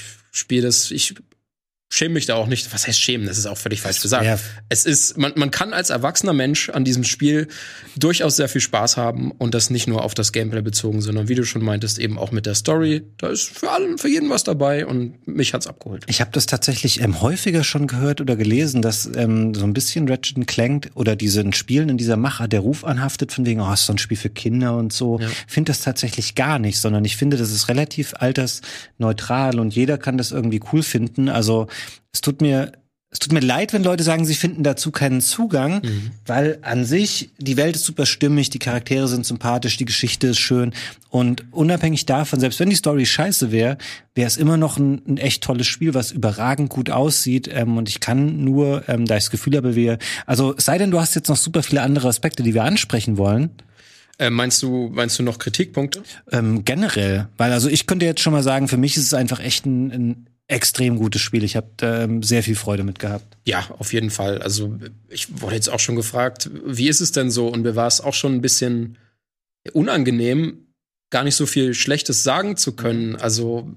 Speaker 2: schäme mich da auch nicht. Was heißt schämen? Das ist auch völlig falsch zu sagen. Ja. Es ist, man kann als erwachsener Mensch an diesem Spiel durchaus sehr viel Spaß haben und das nicht nur auf das Gameplay bezogen, sondern wie du schon meintest, eben auch mit der Story. Da ist für jeden was dabei und mich hat's abgeholt.
Speaker 1: Ich habe das tatsächlich häufiger schon gehört oder gelesen, dass so ein bisschen Ratchet & Clank oder diesen Spielen in dieser Machart der Ruf anhaftet, von wegen, ist so ein Spiel für Kinder und so. Ja. Ich finde das tatsächlich gar nicht, sondern ich finde, das ist relativ altersneutral und jeder kann das irgendwie cool finden. Also es tut mir leid, wenn Leute sagen, sie finden dazu keinen Zugang, weil an sich die Welt ist super stimmig, die Charaktere sind sympathisch, die Geschichte ist schön und unabhängig davon, selbst wenn die Story scheiße wäre es immer noch ein echt tolles Spiel, was überragend gut aussieht und ich kann nur, da ich das Gefühl habe, also es sei denn, du hast jetzt noch super viele andere Aspekte, die wir ansprechen wollen.
Speaker 2: Meinst du noch Kritikpunkte?
Speaker 1: Generell, weil also ich könnte jetzt schon mal sagen, für mich ist es einfach echt ein extrem gutes Spiel. Ich habe sehr viel Freude mit gehabt.
Speaker 2: Ja, auf jeden Fall. Also ich wurde jetzt auch schon gefragt, wie ist es denn so? Und mir war es auch schon ein bisschen unangenehm, gar nicht so viel Schlechtes sagen zu können. Also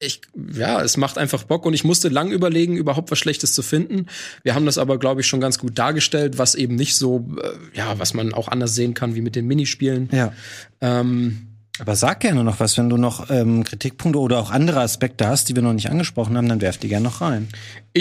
Speaker 2: es macht einfach Bock und ich musste lang überlegen, überhaupt was Schlechtes zu finden. Wir haben das aber, glaube ich, schon ganz gut dargestellt, was eben nicht so, was man auch anders sehen kann, wie mit den Minispielen.
Speaker 1: Ja. Aber sag gerne noch was, wenn du noch Kritikpunkte oder auch andere Aspekte hast, die wir noch nicht angesprochen haben, dann werf die gerne noch rein.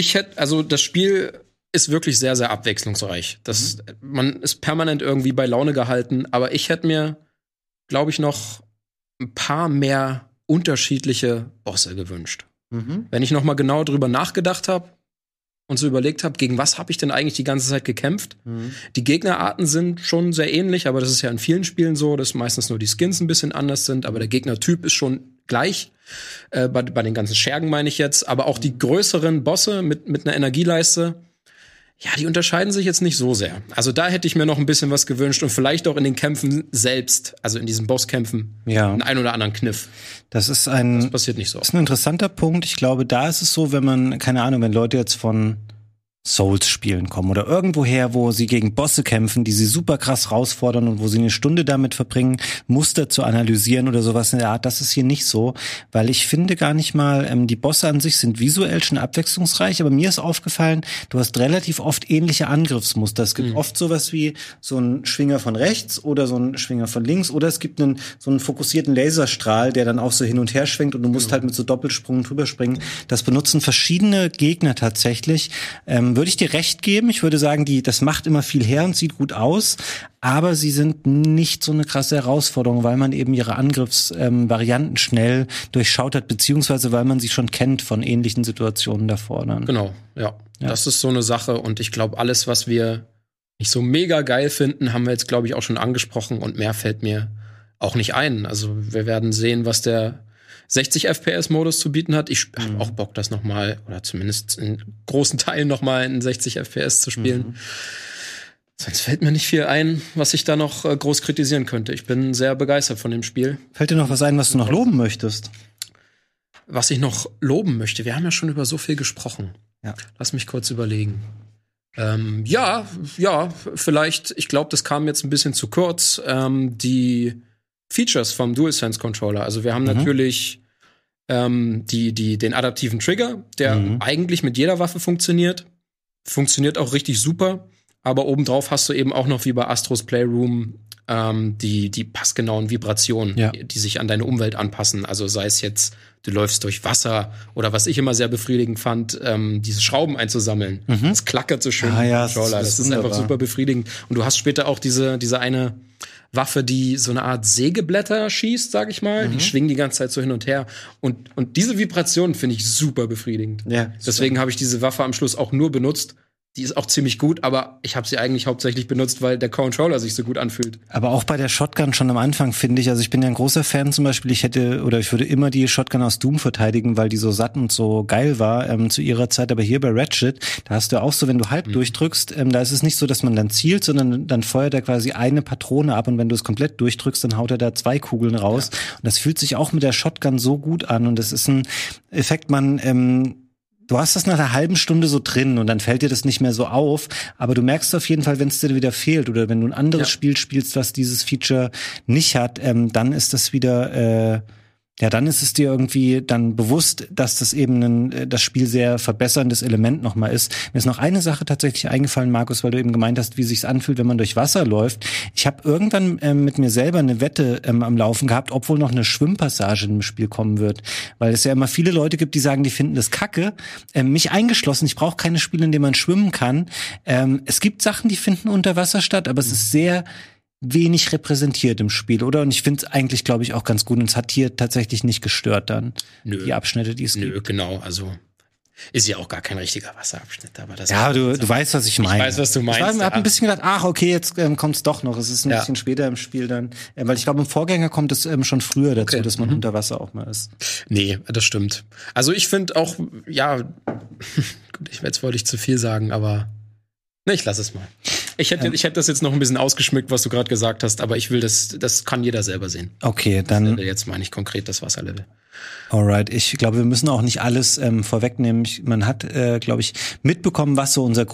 Speaker 2: Das Spiel ist wirklich sehr, sehr abwechslungsreich. Man ist permanent irgendwie bei Laune gehalten, aber ich hätte mir, glaube ich, noch ein paar mehr unterschiedliche Bosse gewünscht. Wenn ich noch mal genau drüber nachgedacht habe und so überlegt habe, gegen was habe ich denn eigentlich die ganze Zeit gekämpft? Die Gegnerarten sind schon sehr ähnlich, aber das ist ja in vielen Spielen so, dass meistens nur die Skins ein bisschen anders sind, aber der Gegnertyp ist schon gleich. Bei den ganzen Schergen meine ich jetzt, aber auch die größeren Bosse mit einer Energieleiste, ja, die unterscheiden sich jetzt nicht so sehr. Also da hätte ich mir noch ein bisschen was gewünscht und vielleicht auch in den Kämpfen selbst, also in diesen Bosskämpfen, einen oder anderen Kniff.
Speaker 1: Das
Speaker 2: passiert nicht so.
Speaker 1: Das ist ein interessanter Punkt. Ich glaube, da ist es so, wenn Leute jetzt von Souls-Spielen kommen oder irgendwoher, wo sie gegen Bosse kämpfen, die sie super krass herausfordern und wo sie eine Stunde damit verbringen, Muster zu analysieren oder sowas in der Art. Das ist hier nicht so, weil ich finde gar nicht mal, die Bosse an sich sind visuell schon abwechslungsreich, aber mir ist aufgefallen, du hast relativ oft ähnliche Angriffsmuster. Es gibt oft sowas wie so einen Schwinger von rechts oder so einen Schwinger von links oder es gibt so einen fokussierten Laserstrahl, der dann auch so hin und her schwenkt und du musst halt mit so Doppelsprüngen drüber springen. Das benutzen verschiedene Gegner tatsächlich. Würde ich dir recht geben. Ich würde sagen, das macht immer viel her und sieht gut aus, aber sie sind nicht so eine krasse Herausforderung, weil man eben ihre Angriffsvarianten schnell durchschaut hat, beziehungsweise weil man sie schon kennt von ähnlichen Situationen davor. Dann.
Speaker 2: Genau, ja. Das ist so eine Sache und ich glaube, alles, was wir nicht so mega geil finden, haben wir jetzt, glaube ich, auch schon angesprochen und mehr fällt mir auch nicht ein. Also wir werden sehen, was der 60 FPS-Modus zu bieten hat. Ich habe auch Bock, das nochmal, oder zumindest in großen Teilen nochmal in 60 FPS zu spielen. Sonst fällt mir nicht viel ein, was ich da noch groß kritisieren könnte. Ich bin sehr begeistert von dem Spiel.
Speaker 1: Fällt dir noch was ein, was du noch loben möchtest?
Speaker 2: Was ich noch loben möchte? Wir haben ja schon über so viel gesprochen.
Speaker 1: Ja.
Speaker 2: Lass mich kurz überlegen. Ja, vielleicht, ich glaube, das kam jetzt ein bisschen zu kurz, die Features vom DualSense-Controller. Also wir haben natürlich den adaptiven Trigger, der eigentlich mit jeder Waffe funktioniert auch richtig super, aber obendrauf hast du eben auch noch wie bei Astros Playroom die passgenauen Vibrationen, die sich an deine Umwelt anpassen. Also sei es jetzt, du läufst durch Wasser oder was ich immer sehr befriedigend fand, diese Schrauben einzusammeln. Das klackert so schön im Controller. Das ist einfach super befriedigend. Und du hast später auch diese eine Waffe, die so eine Art Sägeblätter schießt, sag ich mal. Die schwingen die ganze Zeit so hin und her. Und diese Vibrationen finde ich super befriedigend. Ja, deswegen habe ich diese Waffe am Schluss auch nur benutzt. Die ist auch ziemlich gut, aber ich habe sie eigentlich hauptsächlich benutzt, weil der Controller sich so gut anfühlt.
Speaker 1: Aber auch bei der Shotgun schon am Anfang, finde ich, also ich bin ja ein großer Fan zum Beispiel, ich würde immer die Shotgun aus Doom verteidigen, weil die so satt und so geil war zu ihrer Zeit. Aber hier bei Ratchet, da hast du auch so, wenn du halb durchdrückst, da ist es nicht so, dass man dann zielt, sondern dann feuert er quasi eine Patrone ab und wenn du es komplett durchdrückst, dann haut er da 2 Kugeln raus. Ja. Und das fühlt sich auch mit der Shotgun so gut an und das ist ein Effekt, du hast das nach einer halben Stunde so drin und dann fällt dir das nicht mehr so auf, aber du merkst auf jeden Fall, wenn es dir wieder fehlt oder wenn du ein anderes Spiel spielst, was dieses Feature nicht hat, dann ist das wieder dann ist es dir irgendwie dann bewusst, dass das eben das Spiel sehr verbesserndes Element nochmal ist. Mir ist noch eine Sache tatsächlich eingefallen, Markus, weil du eben gemeint hast, wie sich's anfühlt, wenn man durch Wasser läuft. Ich habe irgendwann mit mir selber eine Wette am Laufen gehabt, ob wohl noch eine Schwimmpassage im Spiel kommen wird. Weil es ja immer viele Leute gibt, die sagen, die finden das kacke. Mich eingeschlossen, ich brauche keine Spiele, in denen man schwimmen kann. Es gibt Sachen, die finden unter Wasser statt, aber es ist sehr wenig repräsentiert im Spiel, oder? Und ich finde es eigentlich, glaube ich, auch ganz gut. Und es hat hier tatsächlich nicht gestört dann, die Abschnitte, die es gibt.
Speaker 2: Nö, genau. Also ist ja auch gar kein richtiger Wasserabschnitt. Aber das
Speaker 1: du weißt, was ich meine.
Speaker 2: Ich weiß, was du meinst.
Speaker 1: Ich habe ein bisschen gedacht, okay, jetzt kommt's doch noch. Es ist ein bisschen später im Spiel dann. Weil ich glaube, im Vorgänger kommt es schon früher dazu, dass man unter Wasser auch mal ist.
Speaker 2: Nee, das stimmt. Also ich finde auch, gut, jetzt wollte ich zu viel sagen, aber ich lasse es mal. Ich hätte das jetzt noch ein bisschen ausgeschmückt, was du gerade gesagt hast, aber ich will das kann jeder selber sehen.
Speaker 1: Okay, dann.
Speaker 2: Jetzt meine ich konkret das Wasserlevel.
Speaker 1: Alright, ich glaube, wir müssen auch nicht alles vorwegnehmen. Man hat, glaube ich, mitbekommen, was so unser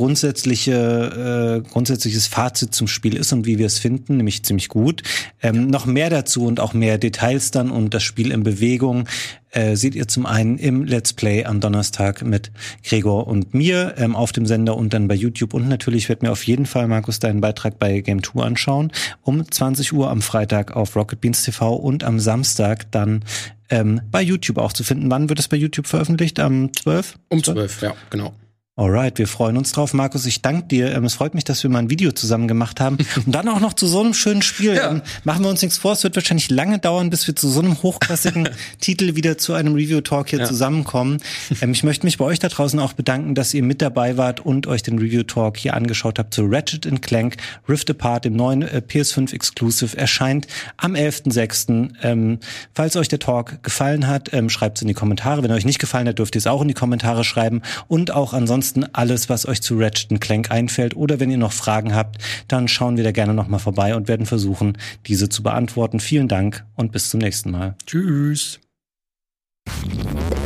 Speaker 1: grundsätzliches Fazit zum Spiel ist und wie wir es finden, nämlich ziemlich gut. Noch mehr dazu und auch mehr Details dann und das Spiel in Bewegung seht ihr zum einen im Let's Play am Donnerstag mit Gregor und mir auf dem Sender und dann bei YouTube. Und natürlich wird mir auf jeden Fall, Markus, deinen Beitrag bei Game2 anschauen. Um 20 Uhr am Freitag auf Rocket Beans TV und am Samstag dann bei YouTube auch zu finden. Wann wird es bei YouTube veröffentlicht? Am 12?
Speaker 2: Um 12, ja, genau.
Speaker 1: Alright, wir freuen uns drauf. Markus, ich danke dir. Es freut mich, dass wir mal ein Video zusammen gemacht haben. Und dann auch noch zu so einem schönen Spiel.
Speaker 2: Ja.
Speaker 1: Machen wir uns nichts vor. Es wird wahrscheinlich lange dauern, bis wir zu so einem hochklassigen Titel wieder zu einem Review-Talk hier zusammenkommen. Ich möchte mich bei euch da draußen auch bedanken, dass ihr mit dabei wart und euch den Review-Talk hier angeschaut habt zu Ratchet & Clank Rift Apart, dem neuen PS5 Exclusive. Erscheint am 11.06. Falls euch der Talk gefallen hat, schreibt es in die Kommentare. Wenn euch nicht gefallen hat, dürft ihr es auch in die Kommentare schreiben. Und auch ansonsten alles, was euch zu Ratchet & Clank einfällt. Oder wenn ihr noch Fragen habt, dann schauen wir da gerne nochmal vorbei und werden versuchen, diese zu beantworten. Vielen Dank und bis zum nächsten Mal.
Speaker 2: Tschüss.